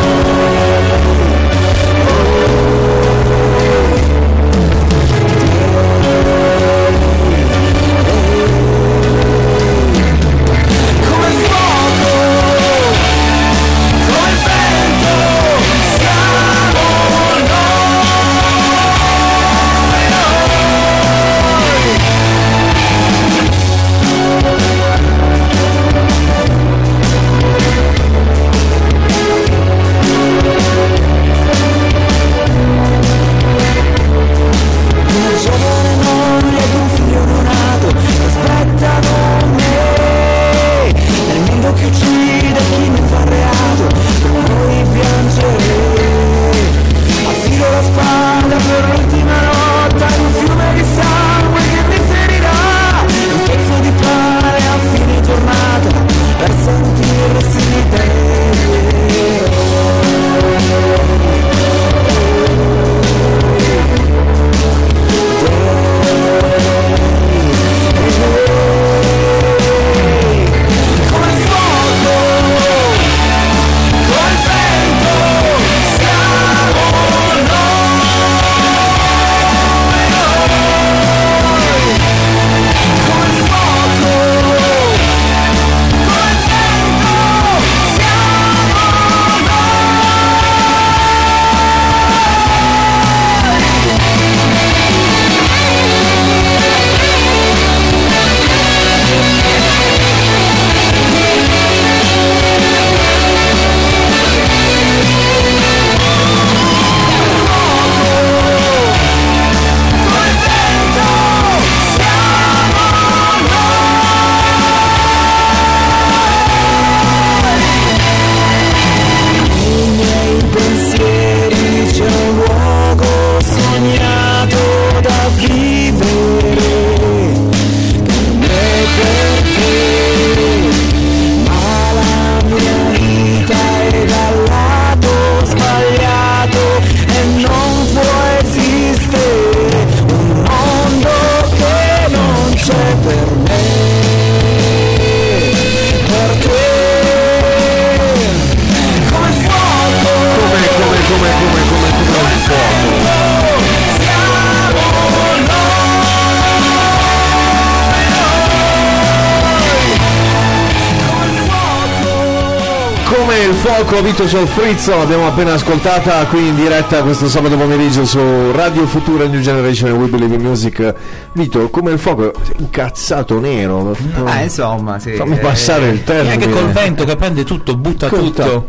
Fuoco, Vito Solfrizzo, l'abbiamo appena ascoltata qui in diretta questo sabato pomeriggio su Radio Futura New Generation e We Believe in Music. Vito, come il fuoco, incazzato nero. Insomma, sì. Fammi passare il termine. Anche col vento che prende tutto, butta tutto.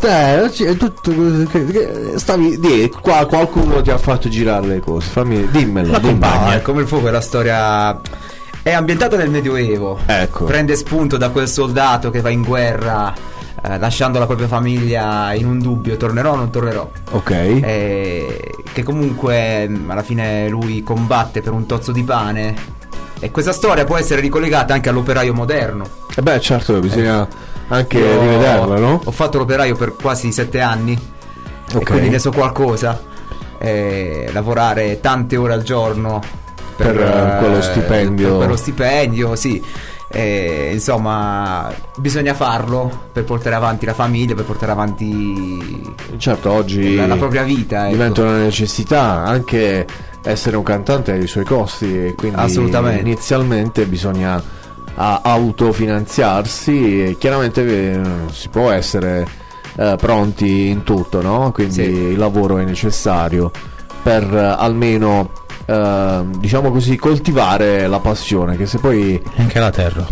Stavi di qua, qualcuno ti ha fatto girare le cose. Dimmelo. La compagna. Come il fuoco è la storia. È ambientata nel Medioevo. Ecco. Prende spunto da quel soldato che va in guerra lasciando la propria famiglia in un dubbio, tornerò o non tornerò. Ok. Che comunque alla fine lui combatte per un tozzo di pane, e questa storia può essere ricollegata anche all'operaio moderno. Beh, certo, bisogna anche rivederla, no? Ho fatto l'operaio per quasi 7 anni, e quindi ne so qualcosa. Lavorare tante ore al giorno per quello stipendio. Per quello stipendio, sì. Insomma, bisogna farlo per portare avanti la famiglia, per portare avanti, certo, oggi la propria vita, diventa una necessità. Anche essere un cantante ha i suoi costi, e quindi assolutamente inizialmente bisogna autofinanziarsi, e chiaramente si può essere pronti in tutto, no? Quindi il lavoro è necessario per almeno diciamo così, coltivare la passione, che se poi anche la terra.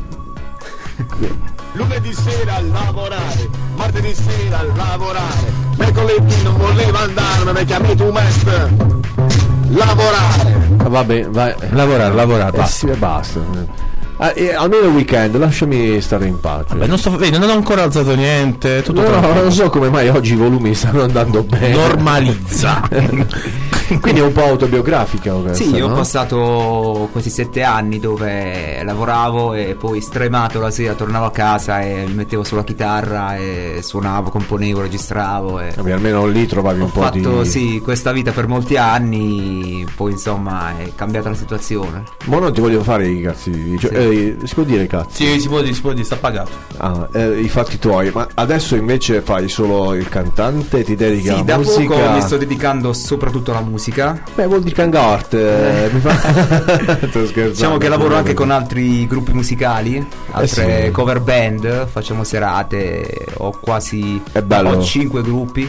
Lunedì sera a lavorare, martedì sera a lavorare, mercoledì non volevo andarmene perché a me tu mestre lavorare. Vabbè, vai. Lavorare, basta. Sì, basta. Almeno il weekend lasciami stare in pace. Vabbè, non ho ancora alzato niente, tutto non so come mai oggi i volumi stanno andando bene. Normalizza. Quindi è un po' autobiografica questa, sì, io no? ho passato questi 7 anni dove lavoravo e poi stremato la sera tornavo a casa e mi mettevo sulla chitarra e suonavo, componevo, registravo e almeno lì trovavi un po' di... Ho fatto sì questa vita per molti anni, poi insomma è cambiata la situazione. Ma non ti voglio fare i cazzi, cioè, si può dire cazzi? Sì, si può dire, sta pagato. I fatti tuoi. Ma adesso invece fai solo il cantante, ti dedichi alla musica? Sì, da poco mi sto dedicando soprattutto alla musica. Beh, vuol dire Kangart. Mi fa... Diciamo che lavoro anche con altri gruppi musicali, altre cover band, facciamo serate, ho 5 gruppi.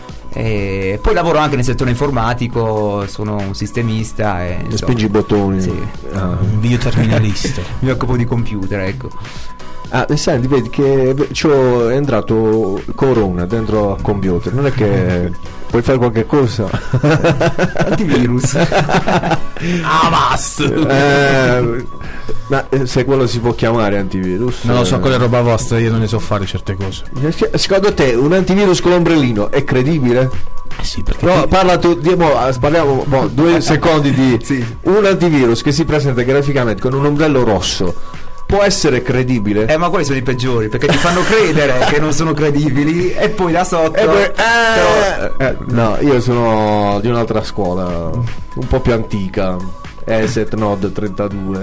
E poi lavoro anche nel settore informatico, sono un sistemista e spingi i bottoni. Sì. Un videoterminalista. Mi occupo di computer, ecco. Senti, vedi che è entrato Corona dentro al computer, non è che puoi fare qualche cosa? Antivirus. Basta. Ma se quello si può chiamare antivirus? Non lo so, quella è roba vostra, io non ne so fare certe cose. Secondo te un antivirus con l'ombrellino è credibile? Sì, perché parliamo 2 secondi di un antivirus che si presenta graficamente con un ombrello rosso. Può essere credibile? Ma quelli sono i peggiori, perché ti fanno credere che non sono credibili e poi da sotto no, io sono di un'altra scuola, un po' più antica, ESET Node 32.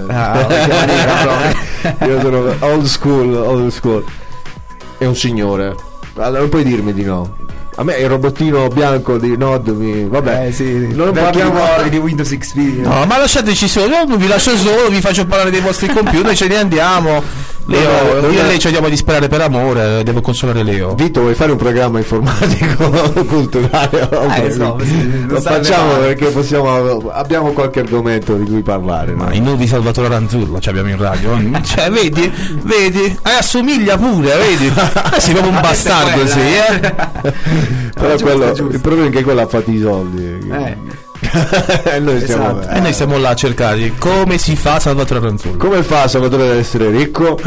Io sono old school. È un signore, allora non puoi dirmi di no. A me il robottino bianco di Node vabbè, non parliamo di Windows XP. No, ma lasciateci solo, io vi lascio solo, vi faccio parlare dei vostri computer, ce ne andiamo. Io e lei ci andiamo a disperare per amore, devo consolare Leo. Vito, vuoi fare un programma informatico culturale? Lo facciamo perché abbiamo qualche argomento di cui parlare. Ma i nuovi Salvatore Ranzullo ci abbiamo in radio. Cioè, vedi? Assomiglia pure, vedi? Sei proprio un bastardo, Però il problema è che quello ha fatto i soldi. E noi stiamo là a cercare come si fa Salvatore Ranzullo. Come fa Salvatore ad essere ricco?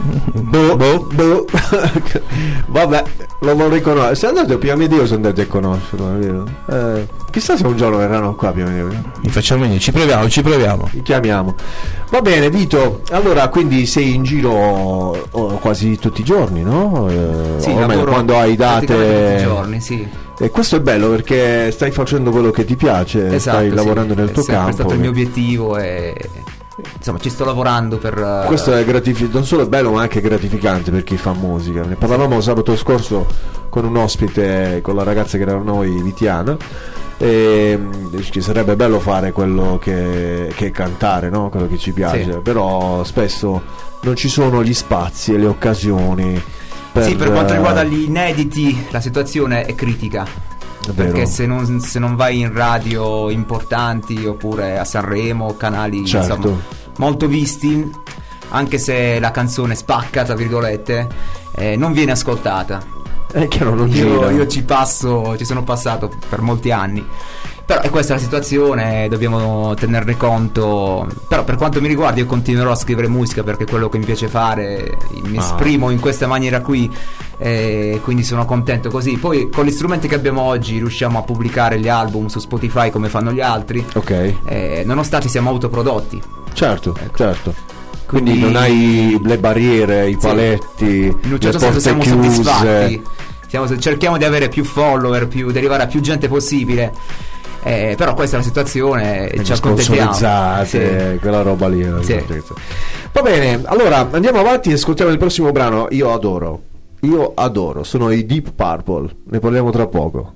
Vabbè, lo vuol riconoscere. Se andate a Piamedio, sono andati a conoscerlo, vero? Chissà se un giorno verranno qua a Piamedio. Mi facciamo venire, ci proviamo. Li chiamiamo. Va bene, Vito. Allora, quindi sei in giro quasi tutti i giorni, no? Sì, quando hai date. Tutti i giorni, sì. E questo è bello perché stai facendo quello che ti piace, stai lavorando nel tuo campo. È stato il mio obiettivo e insomma ci sto lavorando per... Questo è non solo bello ma anche gratificante per chi fa musica. Ne parlavamo sabato scorso con un ospite, con la ragazza che era noi, Vitiana, e ci sarebbe bello fare quello che è cantare, no? Quello che ci piace, però spesso non ci sono gli spazi e le occasioni. Per quanto riguarda gli inediti la situazione è critica, perché se non vai in radio importanti oppure a Sanremo, canali insomma, molto visti, anche se la canzone spacca tra virgolette, non viene ascoltata. È chiaro, non gira. Io ci sono passato per molti anni Però è questa la situazione, dobbiamo tenerne conto. Però per quanto mi riguarda io continuerò a scrivere musica perché è quello che mi piace fare, mi esprimo in questa maniera qui, quindi sono contento così. Poi con gli strumenti che abbiamo oggi riusciamo a pubblicare gli album su Spotify come fanno gli altri, nonostante siamo autoprodotti. Certo, certo. Quindi non hai le barriere, i paletti, in un certo senso siamo soddisfatti. Cerchiamo di avere più follower, di arrivare a più gente possibile. Però questa è la situazione, ci accontentiamo. Quella roba lì. Va bene, allora andiamo avanti e ascoltiamo il prossimo brano. Io adoro, sono i Deep Purple, ne parliamo tra poco.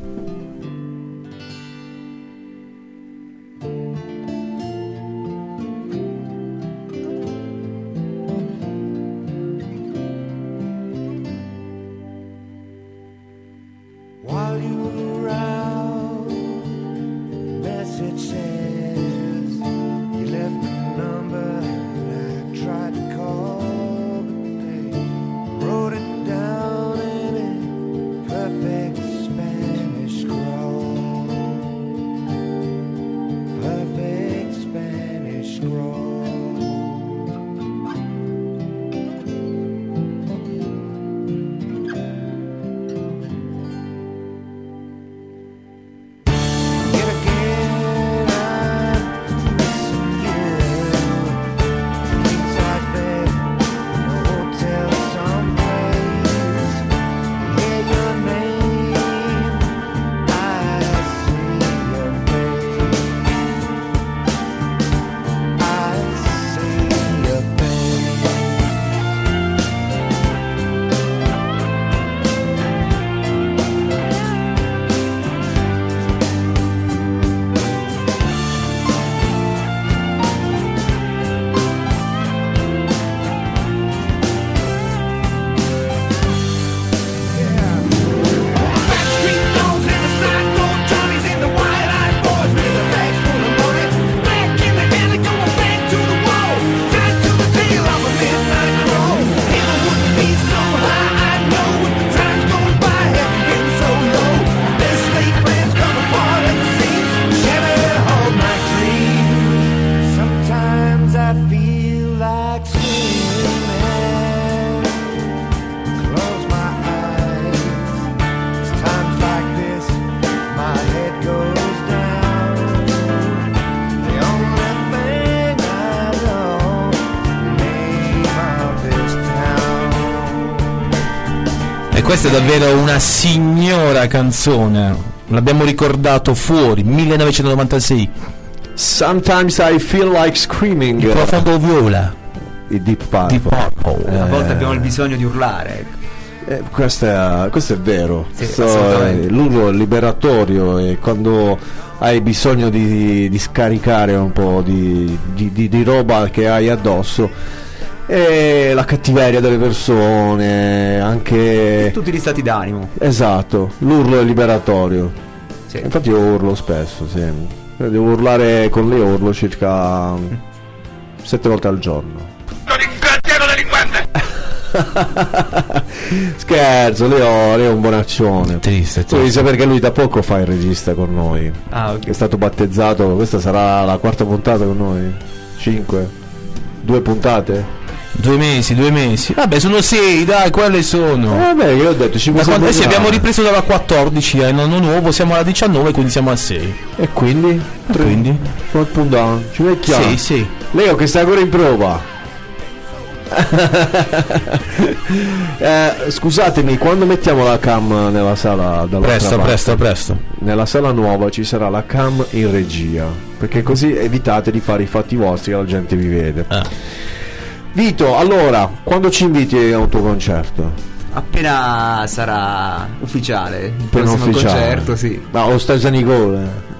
Questa è davvero una signora canzone, l'abbiamo ricordato fuori, 1996. Sometimes I feel like screaming. Il profondo viola. I Deep Purple. A volte abbiamo il bisogno di urlare. Questo è vero. Sì, l'urlo è liberatorio e quando hai bisogno di scaricare un po' di roba che hai addosso. E la cattiveria delle persone, anche tutti gli stati d'animo. Esatto, l'urlo è liberatorio. Sì. Infatti io urlo spesso, sì. Devo urlare con lei, urlo circa 7 volte al giorno. Scherzo, lei è un bonaccione. Triste. Devi sapere che lui da poco fa il regista con noi. Okay. È stato battezzato, questa sarà la 4ª puntata con noi. 5 2 puntate. 2 mesi. Vabbè, sono 6, dai, quelle sono. Vabbè, io ho detto 5 quando abbiamo ripreso dalla 14 all'anno nuovo, siamo alla 19, quindi siamo a 6. E quindi? Quindi? Ci mettiamo. Sì. Leo che sta ancora in prova. Scusatemi, quando mettiamo la cam nella sala presto. Nella sala nuova ci sarà la cam in regia, perché così evitate di fare i fatti vostri che la gente vi vede. Vito, allora, quando ci inviti a un tuo concerto? Appena sarà ufficiale il prossimo concerto, sì. Ma lo sta San Nicola?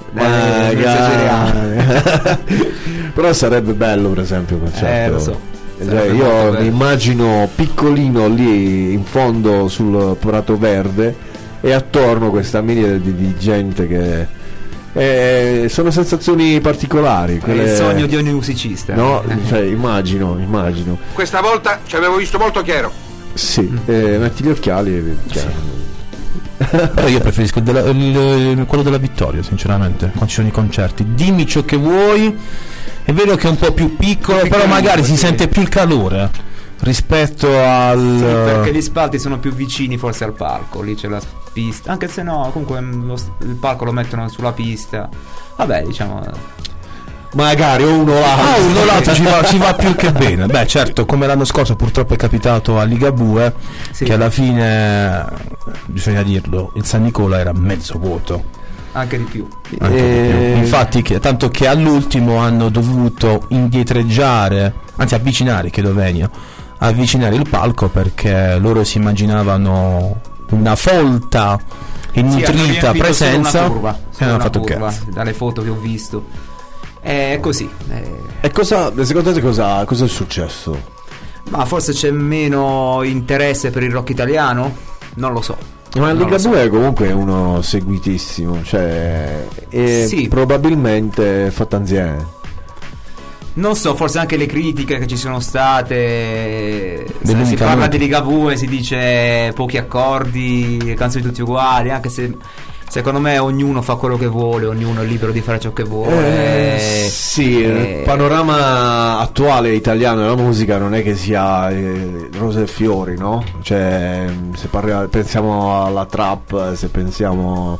Però sarebbe bello, per esempio, un concerto. Lo so. Io mi immagino piccolino lì in fondo sul Prato Verde e attorno questa miriade di gente che sono sensazioni particolari. È il sogno di ogni musicista. No, cioè, immagino. Questa volta ci avevo visto molto chiaro. Sì, metti gli occhiali. Però io preferisco quello della Vittoria, sinceramente, quando ci sono i concerti. Dimmi ciò che vuoi. È vero che è un po' più piccolo, però magari si sente più il calore rispetto al... Sì, perché gli spalti sono più vicini forse al palco. Lì c'è la pista, anche se no, comunque il palco lo mettono sulla pista. Vabbè, diciamo... magari uno l'altro ci va più che bene. Beh, certo, come l'anno scorso purtroppo è capitato a Ligabue, sì, che alla fine, bisogna dirlo, il San Nicola era mezzo vuoto. Anche di più. Infatti, tanto che all'ultimo hanno dovuto indietreggiare, anzi avvicinare il palco, perché loro si immaginavano una folta e nutrita presenza. Hanno fatto curva, dalle foto che ho visto. È così. E secondo te cosa è successo? Ma forse c'è meno interesse per il rock italiano? Non lo so. Ma Ligabue è comunque uno seguitissimo, cioè, e sì, probabilmente Fattanziere. Non so, forse anche le critiche che ci sono state. Si parla di Ligabue, si dice pochi accordi, canzoni tutti uguali, anche se secondo me ognuno fa quello che vuole, ognuno è libero di fare ciò che vuole. Sì, il panorama attuale italiano della musica non è che sia rose e fiori, no? Cioè, se pensiamo alla trap, se pensiamo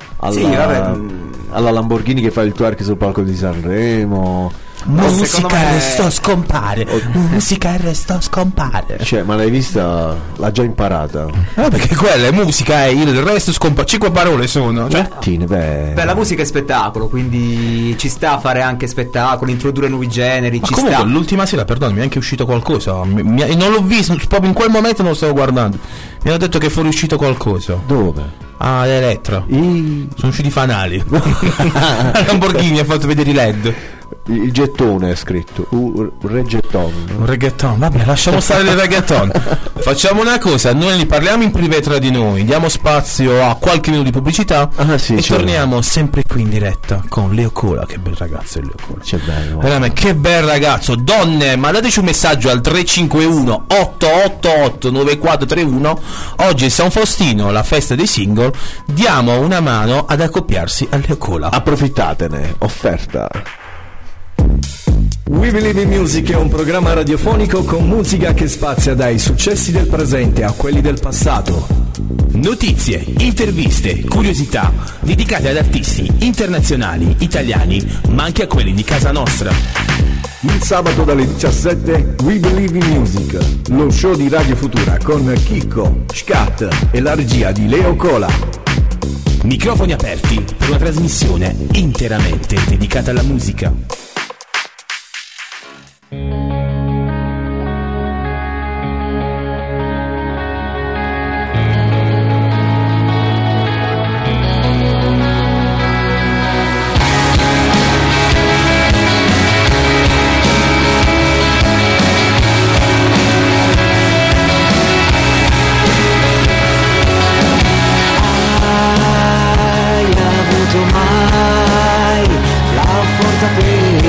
alla Lamborghini che fa il twerk sul palco di Sanremo. Musica restò scompare. Musica restò scompare. Cioè, ma l'hai vista? L'ha già imparata. Perché quella è musica, il resto scompare. 5 parole sono. Cioè. Beh, la musica è spettacolo, quindi ci sta a fare anche spettacolo, introdurre nuovi generi. Ma ci comunque, sta. l'ultima sera, perdonami, mi è anche uscito qualcosa. Non l'ho visto, proprio in quel momento non lo stavo guardando. Mi hanno detto che fuori uscito qualcosa. Dove? L'Elettra. Sono usciti i fanali. Lamborghini ha fatto vedere i LED. Il gettone è scritto un reggaeton. Vabbè, lasciamo stare il reggaeton. Facciamo una cosa, noi ne parliamo in privé tra di noi, diamo spazio a qualche minuto di pubblicità e torniamo sempre qui in diretta con Leo Cola. Che bel ragazzo è Leo Cola, c'è bello, veramente che bel ragazzo. Donne, mandateci un messaggio al 351 888 9431. Oggi è San Faustino, la festa dei single. Diamo una mano ad accoppiarsi a Leo Cola. Approfittatene, offerta. We Believe in Music è un programma radiofonico con musica che spazia dai successi del presente a quelli del passato. Notizie, interviste, curiosità dedicate ad artisti internazionali, italiani, ma anche a quelli di casa nostra. Il sabato dalle 17 We Believe in Music, lo show di Radio Futura con Chicco, Scat e la regia di Leo Cola. Microfoni aperti per una trasmissione interamente dedicata alla musica. Hai avuto mai la forza per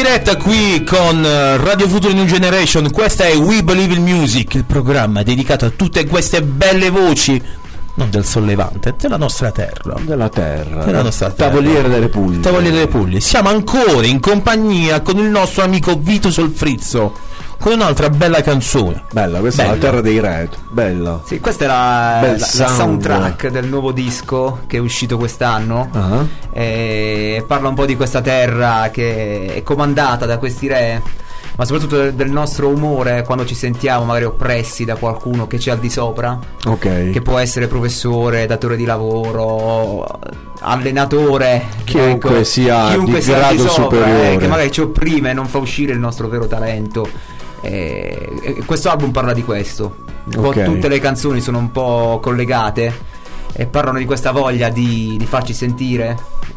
diretta qui con Radio Futura New Generation. Questa è We Believe in Music, il programma dedicato a tutte queste belle voci, non del sollevante, della nostra terra. Della terra. Della nostra terra. Tavoliere delle Puglie. Tavoliere delle Puglie. Siamo ancora in compagnia con il nostro amico Vito Solfrizzo, con un'altra bella canzone. Bella, questa bella. è la terra dei Red. Bella. Sì, questa è la soundtrack del nuovo disco che è uscito quest'anno. E parla un po' di questa terra che è comandata da questi re, ma soprattutto del nostro umore quando ci sentiamo magari oppressi da qualcuno che c'è al di sopra. Ok. Che può essere professore, datore di lavoro, allenatore, chiunque sia di grado superiore, che magari ci opprime e non fa uscire il nostro vero talento. Questo album parla di questo. Tutte le canzoni sono un po' collegate e parlano di questa voglia di farci sentire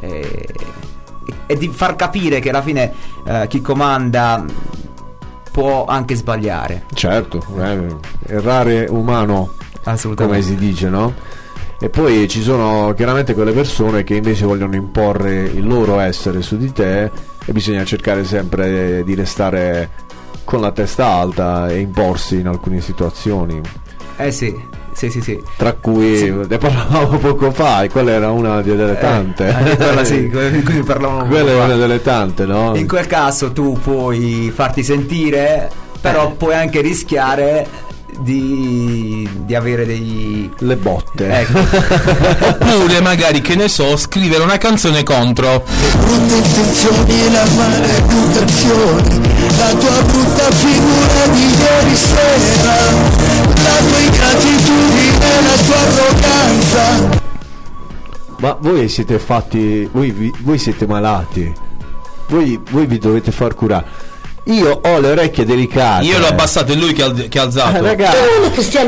e di far capire che alla fine chi comanda può anche sbagliare. Certo, errare umano, assolutamente, come si dice, no? E poi ci sono chiaramente quelle persone che invece vogliono imporre il loro essere su di te, e bisogna cercare sempre di restare con la testa alta e imporsi in alcune situazioni. Sì. Tra cui ne parlavamo poco fa, e quella era una delle tante. Quella sì, quindi parlavamo. Quella è una delle tante, no? In quel caso tu puoi farti sentire, però puoi anche rischiare di avere le botte, ecco. Oppure magari, che ne so, scrivere una canzone contro. Brutte intenzioni, la maleducazione, la tua brutta figura di ieri sera, la tua ingratitudine, la tua arroganza. Ma voi siete fatti, voi siete malati, voi vi dovete far curare. Io ho le orecchie delicate. Io l'ho abbassato, è lui che ha alzato. Ragazzi, che stiamo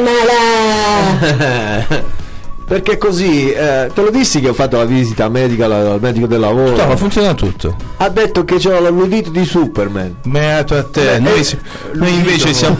male. perché così te lo dissi che ho fatto la visita medica al medico del lavoro. Ma funziona tutto. Ha detto che c'era l'udito di Superman. Beato a te. Noi invece siamo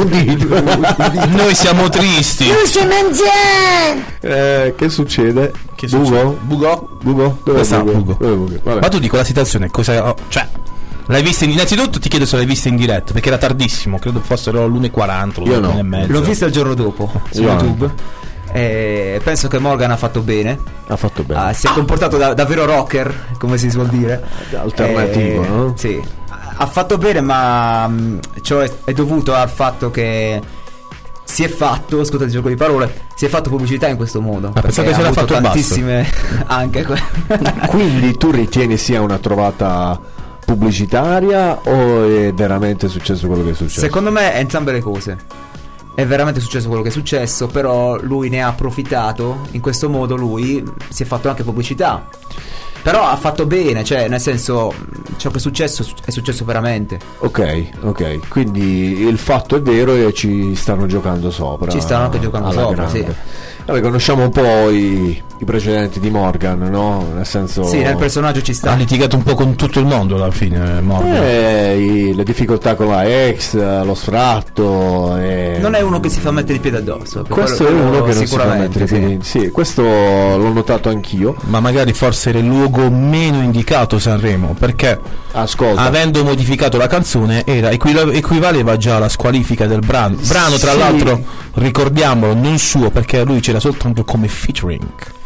noi siamo tristi. Noi siamo anziani. Che succede? Che succede? Bugo? Dove sta Bugo? Ma tu dico la situazione cosa, cioè, l'hai vista innanzitutto ti chiedo se l'hai vista in diretta, perché era tardissimo, credo fossero l'1:40, io no. L'ho vista il giorno dopo su YouTube. Penso che Morgan ha fatto bene. Si è comportato da vero rocker, come si suol dire, alternativo, no? Sì, ha fatto bene, ma ciò è dovuto al fatto che si è fatto, scusate il gioco di parole, si è fatto pubblicità in questo modo. Pensate che se l'ha fatto tantissime anche Quindi tu ritieni sia una trovata pubblicitaria o è veramente successo quello che è successo? Secondo me è entrambe le cose. È veramente successo quello che è successo, però lui ne ha approfittato. In questo modo lui si è fatto anche pubblicità. Però ha fatto bene, cioè nel senso, ciò che è successo veramente. Ok, quindi il fatto è vero e ci stanno giocando sopra. Ci stanno anche giocando sopra, grande. sì. Vabbè, conosciamo un po' i precedenti di Morgan, no? Nel senso, sì, nel personaggio ci sta. Ha litigato un po' con tutto il mondo alla fine, Morgan. Le difficoltà con la ex, lo sfratto. Non è uno che si fa mettere il piede addosso. Questo è uno che non si fa mettere il piede. Sì, questo l'ho notato anch'io. Ma magari forse era il luogo meno indicato Sanremo, perché ascolta, avendo modificato la canzone equivaleva già alla squalifica del brano. Tra l'altro, ricordiamolo, non suo, perché lui c'era soltanto come featuring.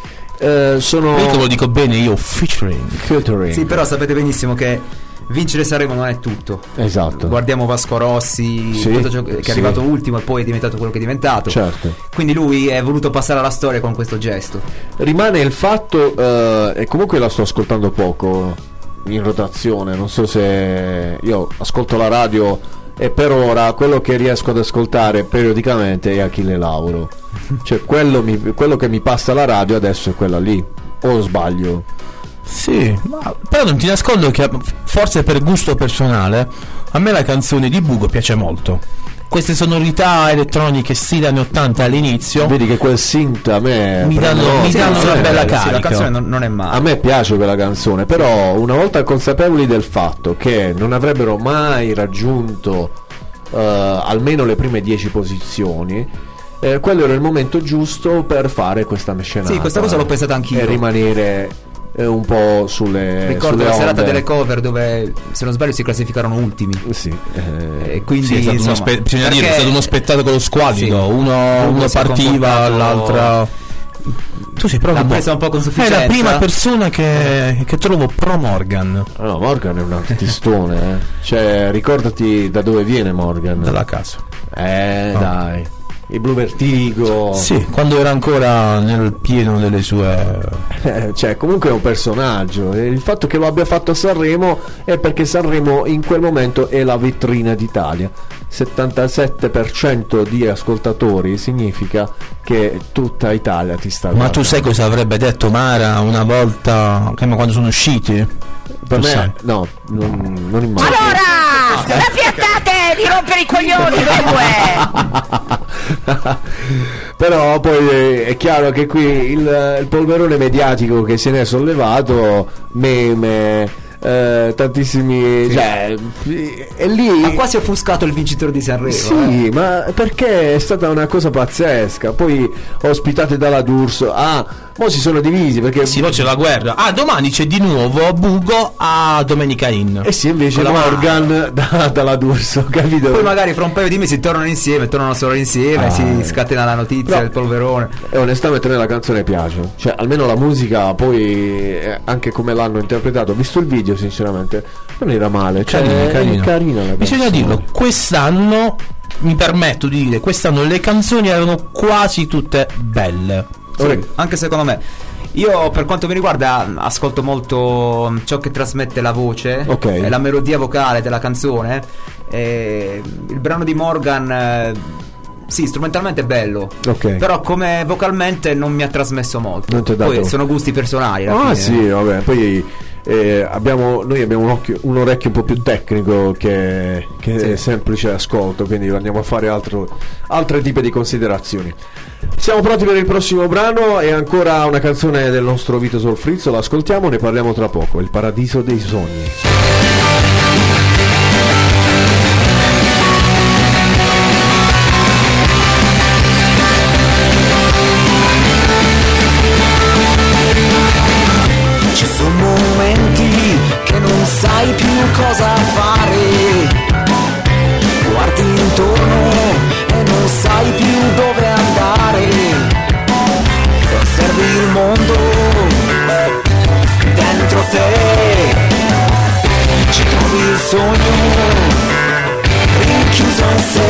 Io lo dico bene, io featuring. Sì, però sapete benissimo che vincere Sanremo non è tutto. Esatto. Guardiamo Vasco Rossi, tutto ciò che è arrivato ultimo e poi è diventato quello che è diventato. Certo. Quindi lui è voluto passare alla storia con questo gesto. Rimane il fatto, e comunque la sto ascoltando poco in rotazione, non so se io ascolto la radio e per ora quello che riesco ad ascoltare periodicamente è Achille Lauro. Cioè quello che mi passa la radio adesso è quella lì, o sbaglio? Sì, ma però non ti nascondo che forse per gusto personale a me la canzone di Bugo piace molto. Queste sonorità elettroniche stile anni 80 all'inizio, vedi che quel synth a me mi danno una bella carica. Sì, la canzone non è male. A me piace quella canzone, però una volta consapevoli del fatto che non avrebbero mai raggiunto almeno le prime 10 posizioni, quello era il momento giusto per fare questa mescenata. Sì, questa cosa l'ho pensata anch'io. E rimanere un po' sulle ricordo sulle la serata onde. delle cover dove, se non sbaglio, si classificarono ultimi. Sì, e quindi sì, è stato insomma, bisogna dire, è stato uno spettacolo squallido. Sì. Uno partiva, l'altra. Tu sei proprio l'ha presa un po' con sufficienza. È la prima persona che trovo pro Morgan. No, Morgan è un artistone, Cioè, ricordati da dove viene Morgan. Dalla casa. No. Dai. Il Blue Vertigo. Sì, quando era ancora nel pieno delle sue. Cioè, comunque è un personaggio. E il fatto che lo abbia fatto a Sanremo è perché Sanremo in quel momento è la vetrina d'Italia. 77% di ascoltatori significa che tutta Italia ti sta guardando. Ma tu sai cosa avrebbe detto Mara una volta, quando sono usciti? Per me sai? No, non immagino. Allora, la piattate di rompere i coglioni due. Però poi è chiaro che qui il polverone mediatico che se ne è sollevato, meme, tantissimi, cioè, e lì ha quasi offuscato il vincitore di Sanremo. Sì, ma perché è stata una cosa pazzesca. Poi ospitate dalla D'Urso. Mo si sono divisi perché sì, poi c'è la guerra. Domani c'è di nuovo Bugo a Domenica Inn. E sì, invece Morgan dalla D'Urso, capito? Poi magari fra un paio di mesi tornano solo insieme, si scatena la notizia del polverone. E onestamente a me la canzone piace, cioè almeno la musica, poi anche come l'hanno interpretato, visto il video sinceramente non era male, cioè carina la bisogna dirlo, quest'anno mi permetto di dire, quest'anno le canzoni erano quasi tutte belle. Sì, anche secondo me. Io per quanto mi riguarda ascolto molto ciò che trasmette la voce, la melodia vocale della canzone. Il brano di Morgan sì, strumentalmente è bello, però come vocalmente non mi ha trasmesso molto. Poi sono gusti personali alla fine. Sì, vabbè, poi noi abbiamo un orecchio un po' più tecnico che sì, semplice ascolto, quindi andiamo a fare altre tipi di considerazioni. Siamo pronti per il prossimo brano, è ancora una canzone del nostro Vito Solfrizzo, l'ascoltiamo, ne parliamo tra poco. Il paradiso dei sogni. Ci sono momenti che non sai più cosa fare, guardi intorno e non sai più dove andare, osservi il mondo dentro te, ci trovi il sogno rinchiuso in sé,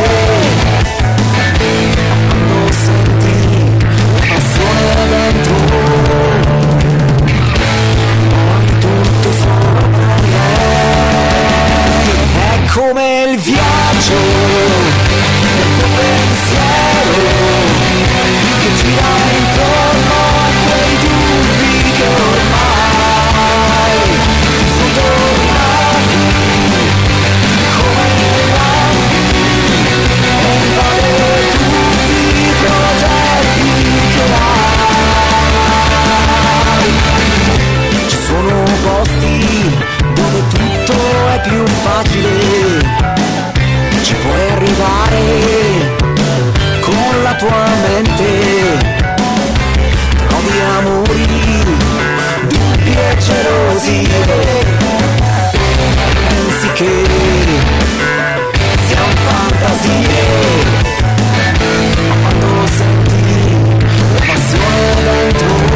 quando senti la passione dentro, come il viaggio del tuo pensiero che gira intorno a quei dubbi che ormai ti sono tornati come lampi e invade tutti i progetti che hai. Ci sono posti dove tutto è più facile, ci puoi arrivare con la tua mente, trovi amori, dubbi e gelosie, pensi che siano fantasie, ma quando senti la passione dentro,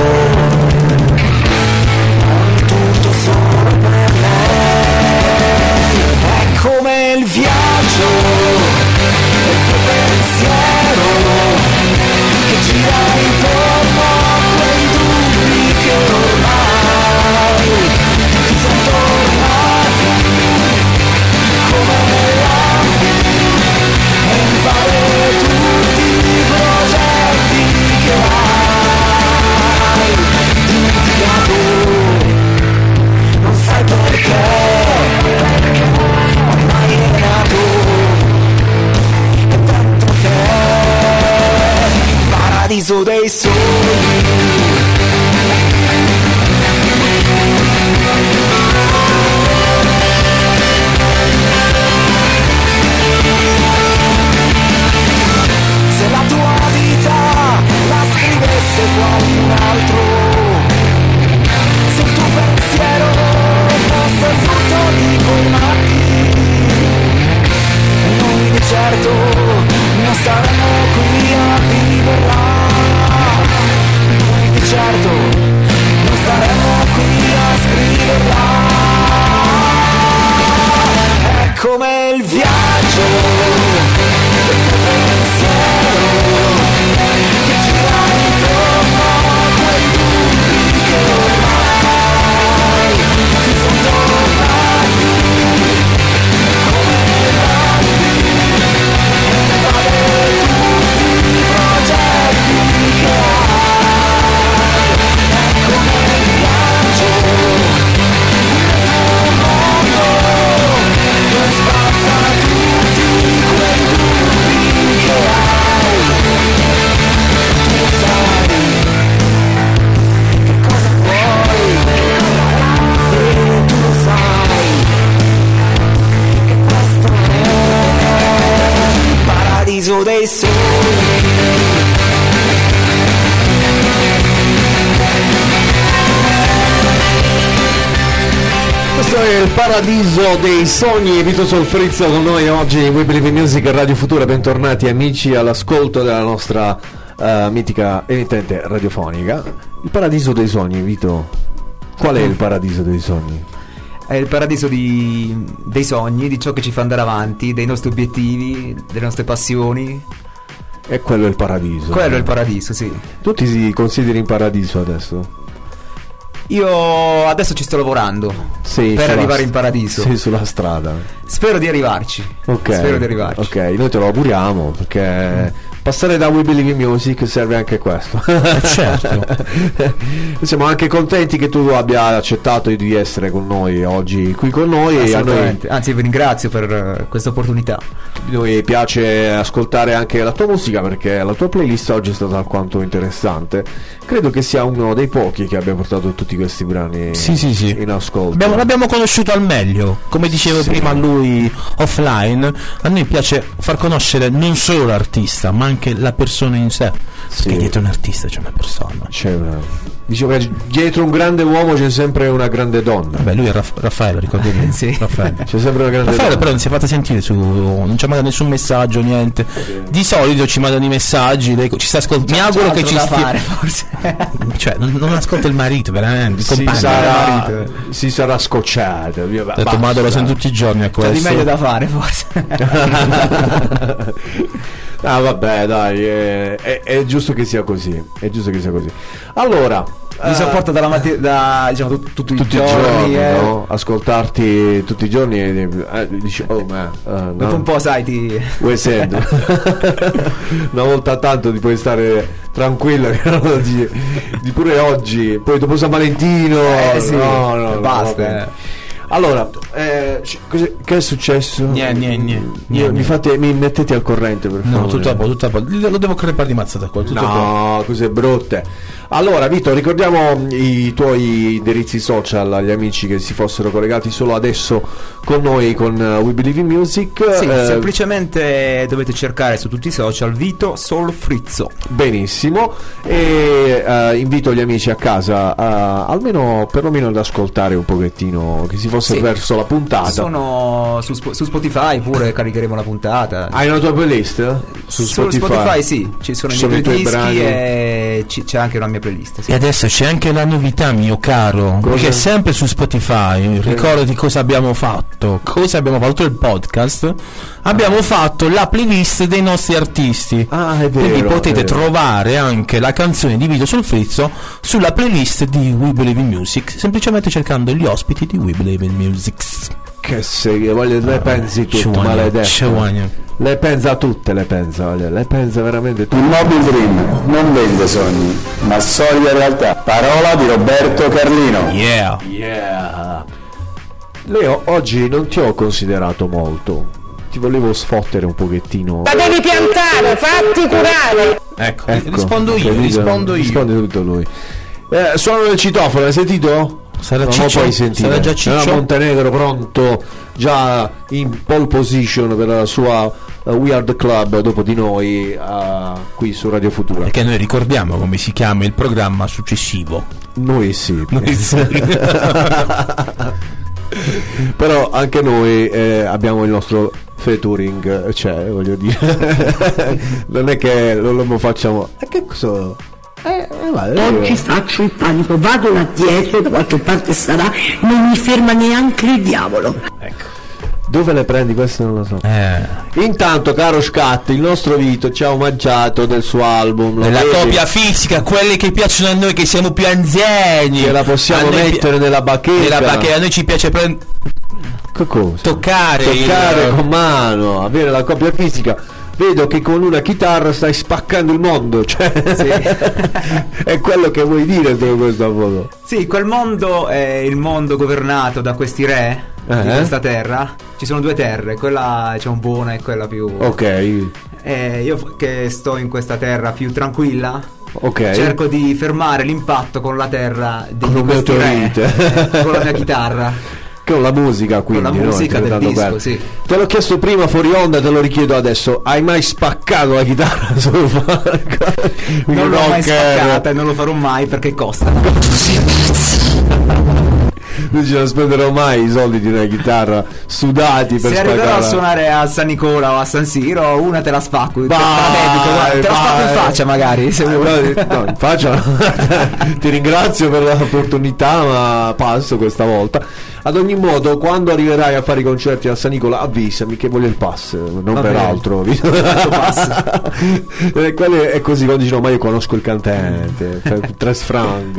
tutto solo per lei, è come il viaggio del tuo pensiero che gira intorno a quei dubbi che ormai ti sono tornati come lampi e invade tutti i progetti che hai dimenticato. Non sai perché, ormai è nato, è dentro te, paradiso dei sogni. Se la tua vita la scrivesse qualcun altro, paradiso dei sogni. Questo è il paradiso dei sogni. Vito Solfrizzo con noi oggi, We Believe in Music, Radio Futura. Bentornati amici all'ascolto della nostra mitica emittente radiofonica. Il paradiso dei sogni, Vito. Qual è il paradiso dei sogni? È il paradiso dei sogni, di ciò che ci fa andare avanti, dei nostri obiettivi, delle nostre passioni. E quello è il paradiso. Quello è il paradiso, sì. Tu ti si consideri in paradiso adesso? Io adesso ci sto lavorando per arrivare in paradiso. Sei sulla strada. Spero di arrivarci. Spero di arrivarci. Ok, noi te lo auguriamo, perché passare da We Believe in Music serve anche questo. Certo. Siamo anche contenti che tu abbia accettato di essere con noi oggi qui con noi. Assolutamente. Anzi, vi ringrazio per questa opportunità. A noi piace ascoltare anche la tua musica, perché la tua playlist oggi è stata alquanto interessante. Credo che sia uno dei pochi che abbia portato tutti questi brani in ascolto. L'abbiamo conosciuto al meglio, come dicevo prima a lui offline. A noi piace far conoscere non solo l'artista, ma anche la persona in sé, perché dietro un artista c'è una persona. Dicevo che dietro un grande uomo c'è sempre una grande donna. Beh, lui è Raffaele, ricordo bene. Raffaele. C'è sempre una grande Raffaele, donna. però non si è fatta sentire non ci ha mandato nessun messaggio, niente. Di solito ci mandano i messaggi, ci sta ascoltando. Mi auguro che ci stia. Forse. Cioè, non ascolta il marito, veramente. Si sarà scocciato. Ho detto, ma lo sento tutti i giorni a questo. C'è di meglio da fare, forse. Ah, vabbè, dai, è giusto che sia così. È giusto che sia così. Allora, mi sopporta dalla mattina, diciamo, tutti i giorni, no? Ascoltarti tutti i giorni, dici, dopo un po', sai, ti vuoi sento. Una volta tanto ti puoi stare tranquilla, di pure oggi, poi dopo San Valentino, no, basta. Allora, che è successo? Niente. Mi mettete al corrente, per favore. No, tutto a po'. Lo devo crepare di mazzata qua. No, cose brutte. Allora, Vito, ricordiamo i tuoi indirizzi social agli amici che si fossero collegati solo adesso con noi con We Believe in Music. Sì, semplicemente dovete cercare su tutti i social Vito Solfrizzo. Benissimo. E invito gli amici a casa almeno perlomeno ad ascoltare un pochettino, che si fosse verso la puntata. Sono su Spotify, pure caricheremo la puntata. Hai una tua playlist? Su Spotify sì, ci sono i miei dischi brani. E c'è anche una mia playlist, sì. E adesso c'è anche la novità, mio caro, perché sempre su Spotify, ricordati cosa abbiamo fatto il podcast, abbiamo fatto la playlist dei nostri artisti, è vero, quindi potete trovare anche la canzone di Vito Solfrizzo sulla playlist di We Believe in Music, semplicemente cercando gli ospiti di We Believe in Music. Che le pensi tutto, maledetto. Le pensa tutte, le pensa veramente tutte. Il Mobile Dream non vende sogni, ma soglia realtà. Parola di Roberto Carlino. Yeah. Leo, oggi non ti ho considerato molto. Ti volevo sfottere un pochettino. Ma devi piantare, fatti curare. Ecco. Rispondo io. Risponde tutto lui. Suono del citofono, hai sentito? Sarà già Ciccio. Era Montenegro pronto, già in pole position per la sua We Are The Club dopo di noi qui su Radio Futura. Perché noi ricordiamo come si chiama il programma successivo. Noi sì. Però anche noi abbiamo il nostro featuring, cioè voglio dire non è che lo facciamo. Che cosa? Oggi faccio il panico, vado là dietro, da qualche parte sarà, non mi ferma neanche il diavolo. Ecco. Dove le prendi? Questo non lo so. Intanto, caro Scat, il nostro Vito ci ha omaggiato del suo album. Della copia fisica, quelle che piacciono a noi che siamo più anziani. Che la possiamo mettere nella bacheca. A noi ci piace toccare con mano, avere la copia fisica. Vedo che con una chitarra stai spaccando il mondo, cioè è quello che vuoi dire su questa foto. Sì, quel mondo è il mondo governato da questi re di questa terra. Ci sono due terre, quella diciamo buona e quella più io che sto in questa terra più tranquilla, cerco di fermare l'impatto con la terra di questi re con la mia chitarra. con la musica, quindi con la musica del disco, sì. Te l'ho chiesto prima fuori onda, te lo richiedo adesso. Hai mai spaccato la chitarra sul palco? Non l'ho mai spaccata e non lo farò mai perché costa. Non ci non spenderò mai i soldi di una chitarra sudati per se arriverò a suonare a San Nicola o a San Siro, una te la spacco. Te la spacco in faccia magari, se vuoi. No, in faccia. Ti ringrazio per l'opportunità, ma passo questa volta. Ad ogni modo, quando arriverai a fare i concerti a San Nicola, avvisami che voglio il pass, non per altro. Quello è così, quando dici no, ma io conosco il cantante, 3 franc.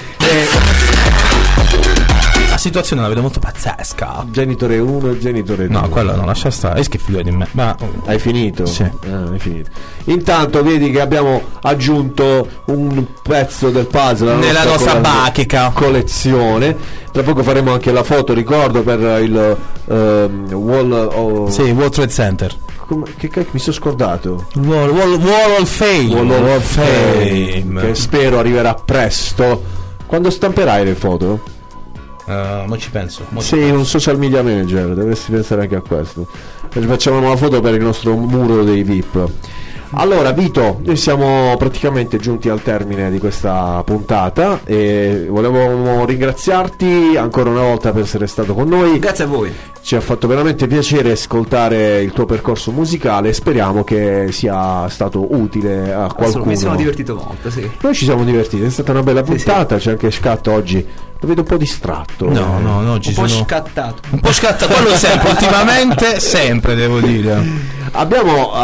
La situazione la vedo molto pazzesca. Genitore 1 e genitore 2. No, quello non lascia stare. È che figlio di me. Ma hai finito? Sì. Hai finito. Intanto vedi che abbiamo aggiunto un pezzo del puzzle nella nostra bacheca collezione. Tra poco faremo anche la foto, ricordo, per il Wall Trade Center. Che mi sono scordato. Wall of Fame. Wall of Fame, che spero arriverà presto. Quando stamperai le foto? Mo ci penso. Un social media manager, dovresti pensare anche a questo. Facciamo una foto per il nostro muro dei VIP. Allora Vito, noi siamo praticamente giunti al termine di questa puntata e volevamo ringraziarti ancora una volta per essere stato con noi. Grazie a voi. Ci ha fatto veramente piacere ascoltare il tuo percorso musicale e speriamo che sia stato utile a qualcuno. Mi sono divertito molto, sì. Noi ci siamo divertiti, è stata una bella puntata, c'è anche Scatto oggi. Lo vedo un po' distratto. No, un po' scattato. Un po' scattato, quello sempre, ultimamente sempre, devo dire. Abbiamo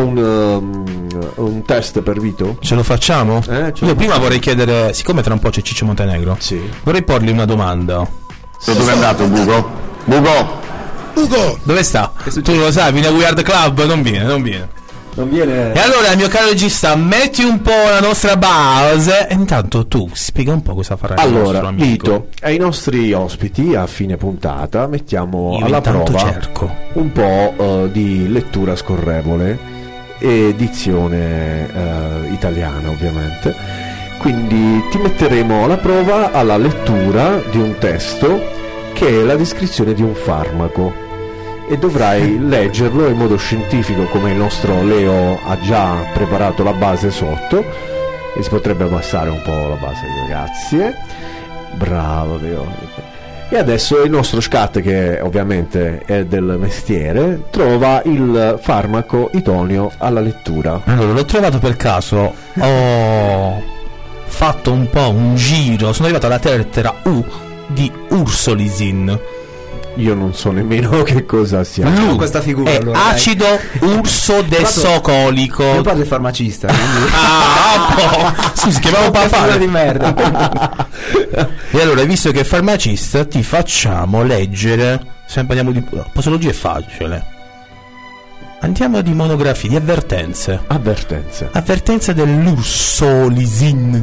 un test per Vito? Ce lo facciamo? Io prima vorrei chiedere, siccome tra un po' c'è Ciccio Montenegro, vorrei porgli una domanda. Dove è andato Bugo? Bugo! Dove sta? Tu lo sai, viene a Weird Club? Non viene. E allora, mio caro regista, metti un po' la nostra base e intanto tu spiega un po' cosa farai. Allora, Vito, ai nostri ospiti a fine puntata mettiamo alla prova un po' di lettura scorrevole e dizione italiana, ovviamente. Quindi ti metteremo alla prova alla lettura di un testo che è la descrizione di un farmaco e dovrai leggerlo in modo scientifico, come il nostro Leo ha già preparato la base sotto, e si potrebbe abbassare un po' la base. Grazie, bravo Leo. E adesso il nostro Scat, che ovviamente è del mestiere, trova il farmaco idoneo alla lettura. Allora, l'ho trovato per caso, ho fatto un po' un giro, sono arrivato alla lettera U di Ursolisin. Io non so nemmeno che cosa sia. Questa figura è allora, acido ursodesocolico. Mio padre è farmacista. Si chiamava papà di merda. E allora, visto che è farmacista, ti facciamo leggere. Sempre andiamo di posologia, è facile. Andiamo di monografie, di avvertenze. Avvertenze dell'ursolisin.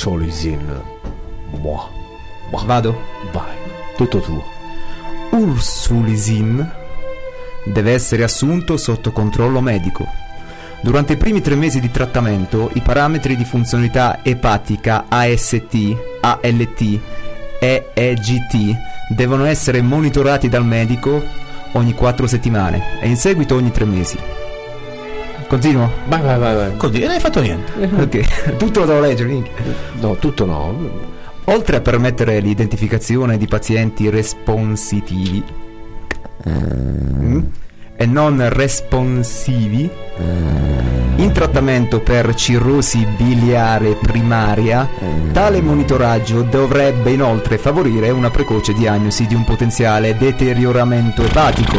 Vado? Vai, tutto tuo. Ursolisin deve essere assunto sotto controllo medico. Durante i primi 3 mesi di trattamento, i parametri di funzionalità epatica AST, ALT, EEGT devono essere monitorati dal medico ogni 4 settimane e in seguito ogni 3 mesi. Continuo? Vai. Così, non hai fatto niente. Ok, tutto lo devo leggere. No, tutto no. Oltre a permettere l'identificazione di pazienti responsitivi e non responsivi in trattamento per cirrosi biliare primaria, tale monitoraggio dovrebbe inoltre favorire una precoce diagnosi di un potenziale deterioramento epatico.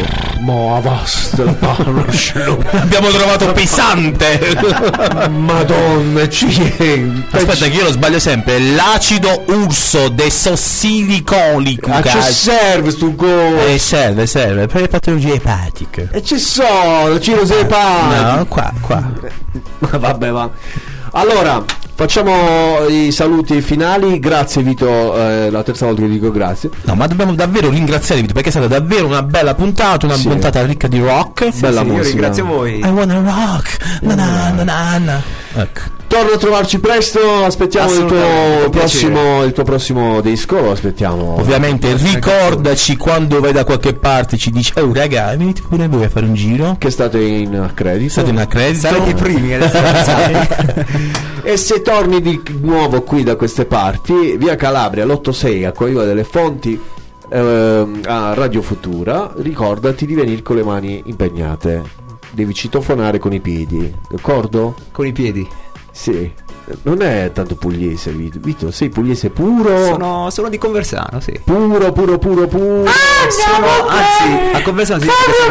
Abbiamo trovato pesante. Madonna, aspetta che io lo sbaglio sempre. L'acido ursodesossilicolico. Ci serve sto serve per le patologie epatiche. E ci sono cirrosi epatica. No, qua. Vabbè, va. Allora, facciamo i saluti finali. Grazie Vito, la terza volta che dico grazie. No, ma dobbiamo davvero ringraziare Vito, perché è stata davvero una bella puntata, una puntata ricca di rock. Bella musica. Io ringrazio voi. I wanna rock. Na. Ecco. Torna a trovarci presto, aspettiamo il tuo prossimo disco, lo aspettiamo. Ovviamente ricordaci quando vai da qualche parte, ci dici oh raga, venite pure voi a fare un giro. Che state in accredito. Sarete i primi E se torni di nuovo qui da queste parti, via Calabria l'86 a Coiva delle Fonti, a Radio Futura, ricordati di venire con le mani impegnate, devi citofonare con i piedi, d'accordo? Con i piedi? Sì, non è tanto pugliese, Vito, sei pugliese puro? Sono di Conversano, sì. Puro. Anzi, a Conversano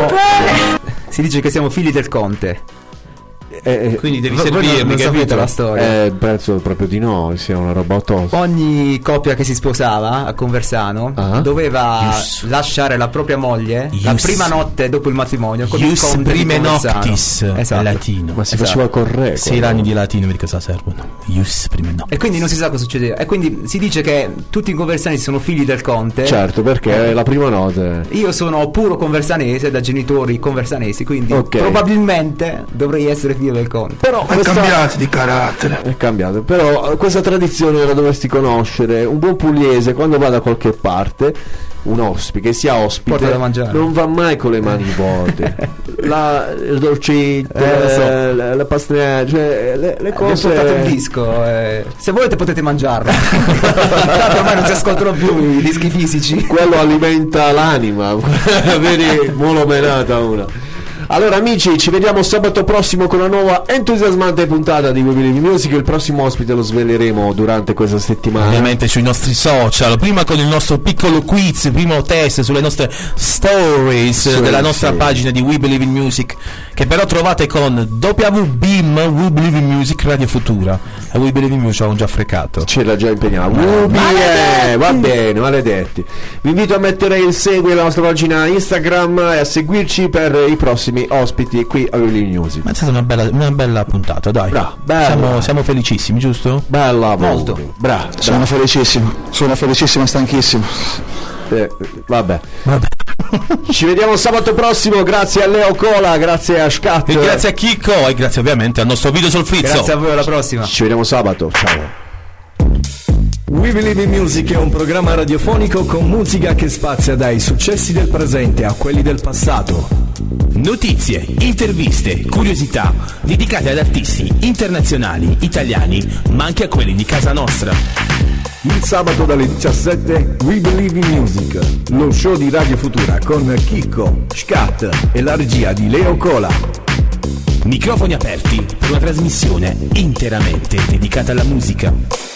si dice che siamo figli del Conte. Quindi devi servirmi, capito la storia? Penso proprio di no, sia una roba tosta. Ogni coppia che si sposava a Conversano doveva lasciare la propria moglie la prima notte dopo il matrimonio con il conte prime di Conversano. Noctis, esatto. latino. Ma si faceva corretto. 6 anni di latino, per cosa servono? Ius prime noctis. E quindi non si sa cosa succedeva. E quindi si dice che tutti i conversani sono figli del conte. Certo, perché è la prima notte. Io sono puro conversanese, da genitori conversanesi, quindi probabilmente dovrei essere figlio del conte. Però è cambiato di carattere. È cambiato. Però questa tradizione la dovresti conoscere. Un buon pugliese quando va da qualche parte, un ospite che sia ospite, porta da mangiare, non va mai con le mani vuote. Il dolcetto, la pastry, cioè le cose. Mi ho portato un disco, se volete potete mangiarlo. Tanto ormai non si ascoltano più i dischi fisici. Quello alimenta l'anima. Vedi, molomenata una. Allora amici, ci vediamo sabato prossimo con una nuova entusiasmante puntata di We Believe in Music. Il prossimo ospite lo sveleremo durante questa settimana, ovviamente sui nostri social, prima con il nostro piccolo quiz, primo test sulle nostre stories della nostra pagina di We Believe in Music, che però trovate con WBIM, We Believe in Music Radio Futura. E We Believe in Music avevamo già frecato, c'era già impegnato. Va bene, maledetti. Vi invito a mettere il segui alla nostra pagina Instagram e a seguirci per i prossimi ospiti qui a We Believe in Music. Ma è stata una bella puntata, dai. Siamo felicissimi, giusto? Bella, molto. Bravo. Sono felicissimo e stanchissimo. Vabbè. Ci vediamo sabato prossimo. Grazie a Leo Cola, grazie a Scat e grazie a Chicco e grazie ovviamente al nostro Video sul Frizzo. Grazie a voi, alla prossima. Ci vediamo sabato, ciao. We Believe in Music è un programma radiofonico con musica che spazia dai successi del presente a quelli del passato. Notizie, interviste, curiosità dedicate ad artisti internazionali, italiani, ma anche a quelli di casa nostra. Il sabato dalle 17 We Believe in Music, lo show di Radio Futura con Chicco, Scat e la regia di Leo Cola. Microfoni aperti per una trasmissione interamente dedicata alla musica.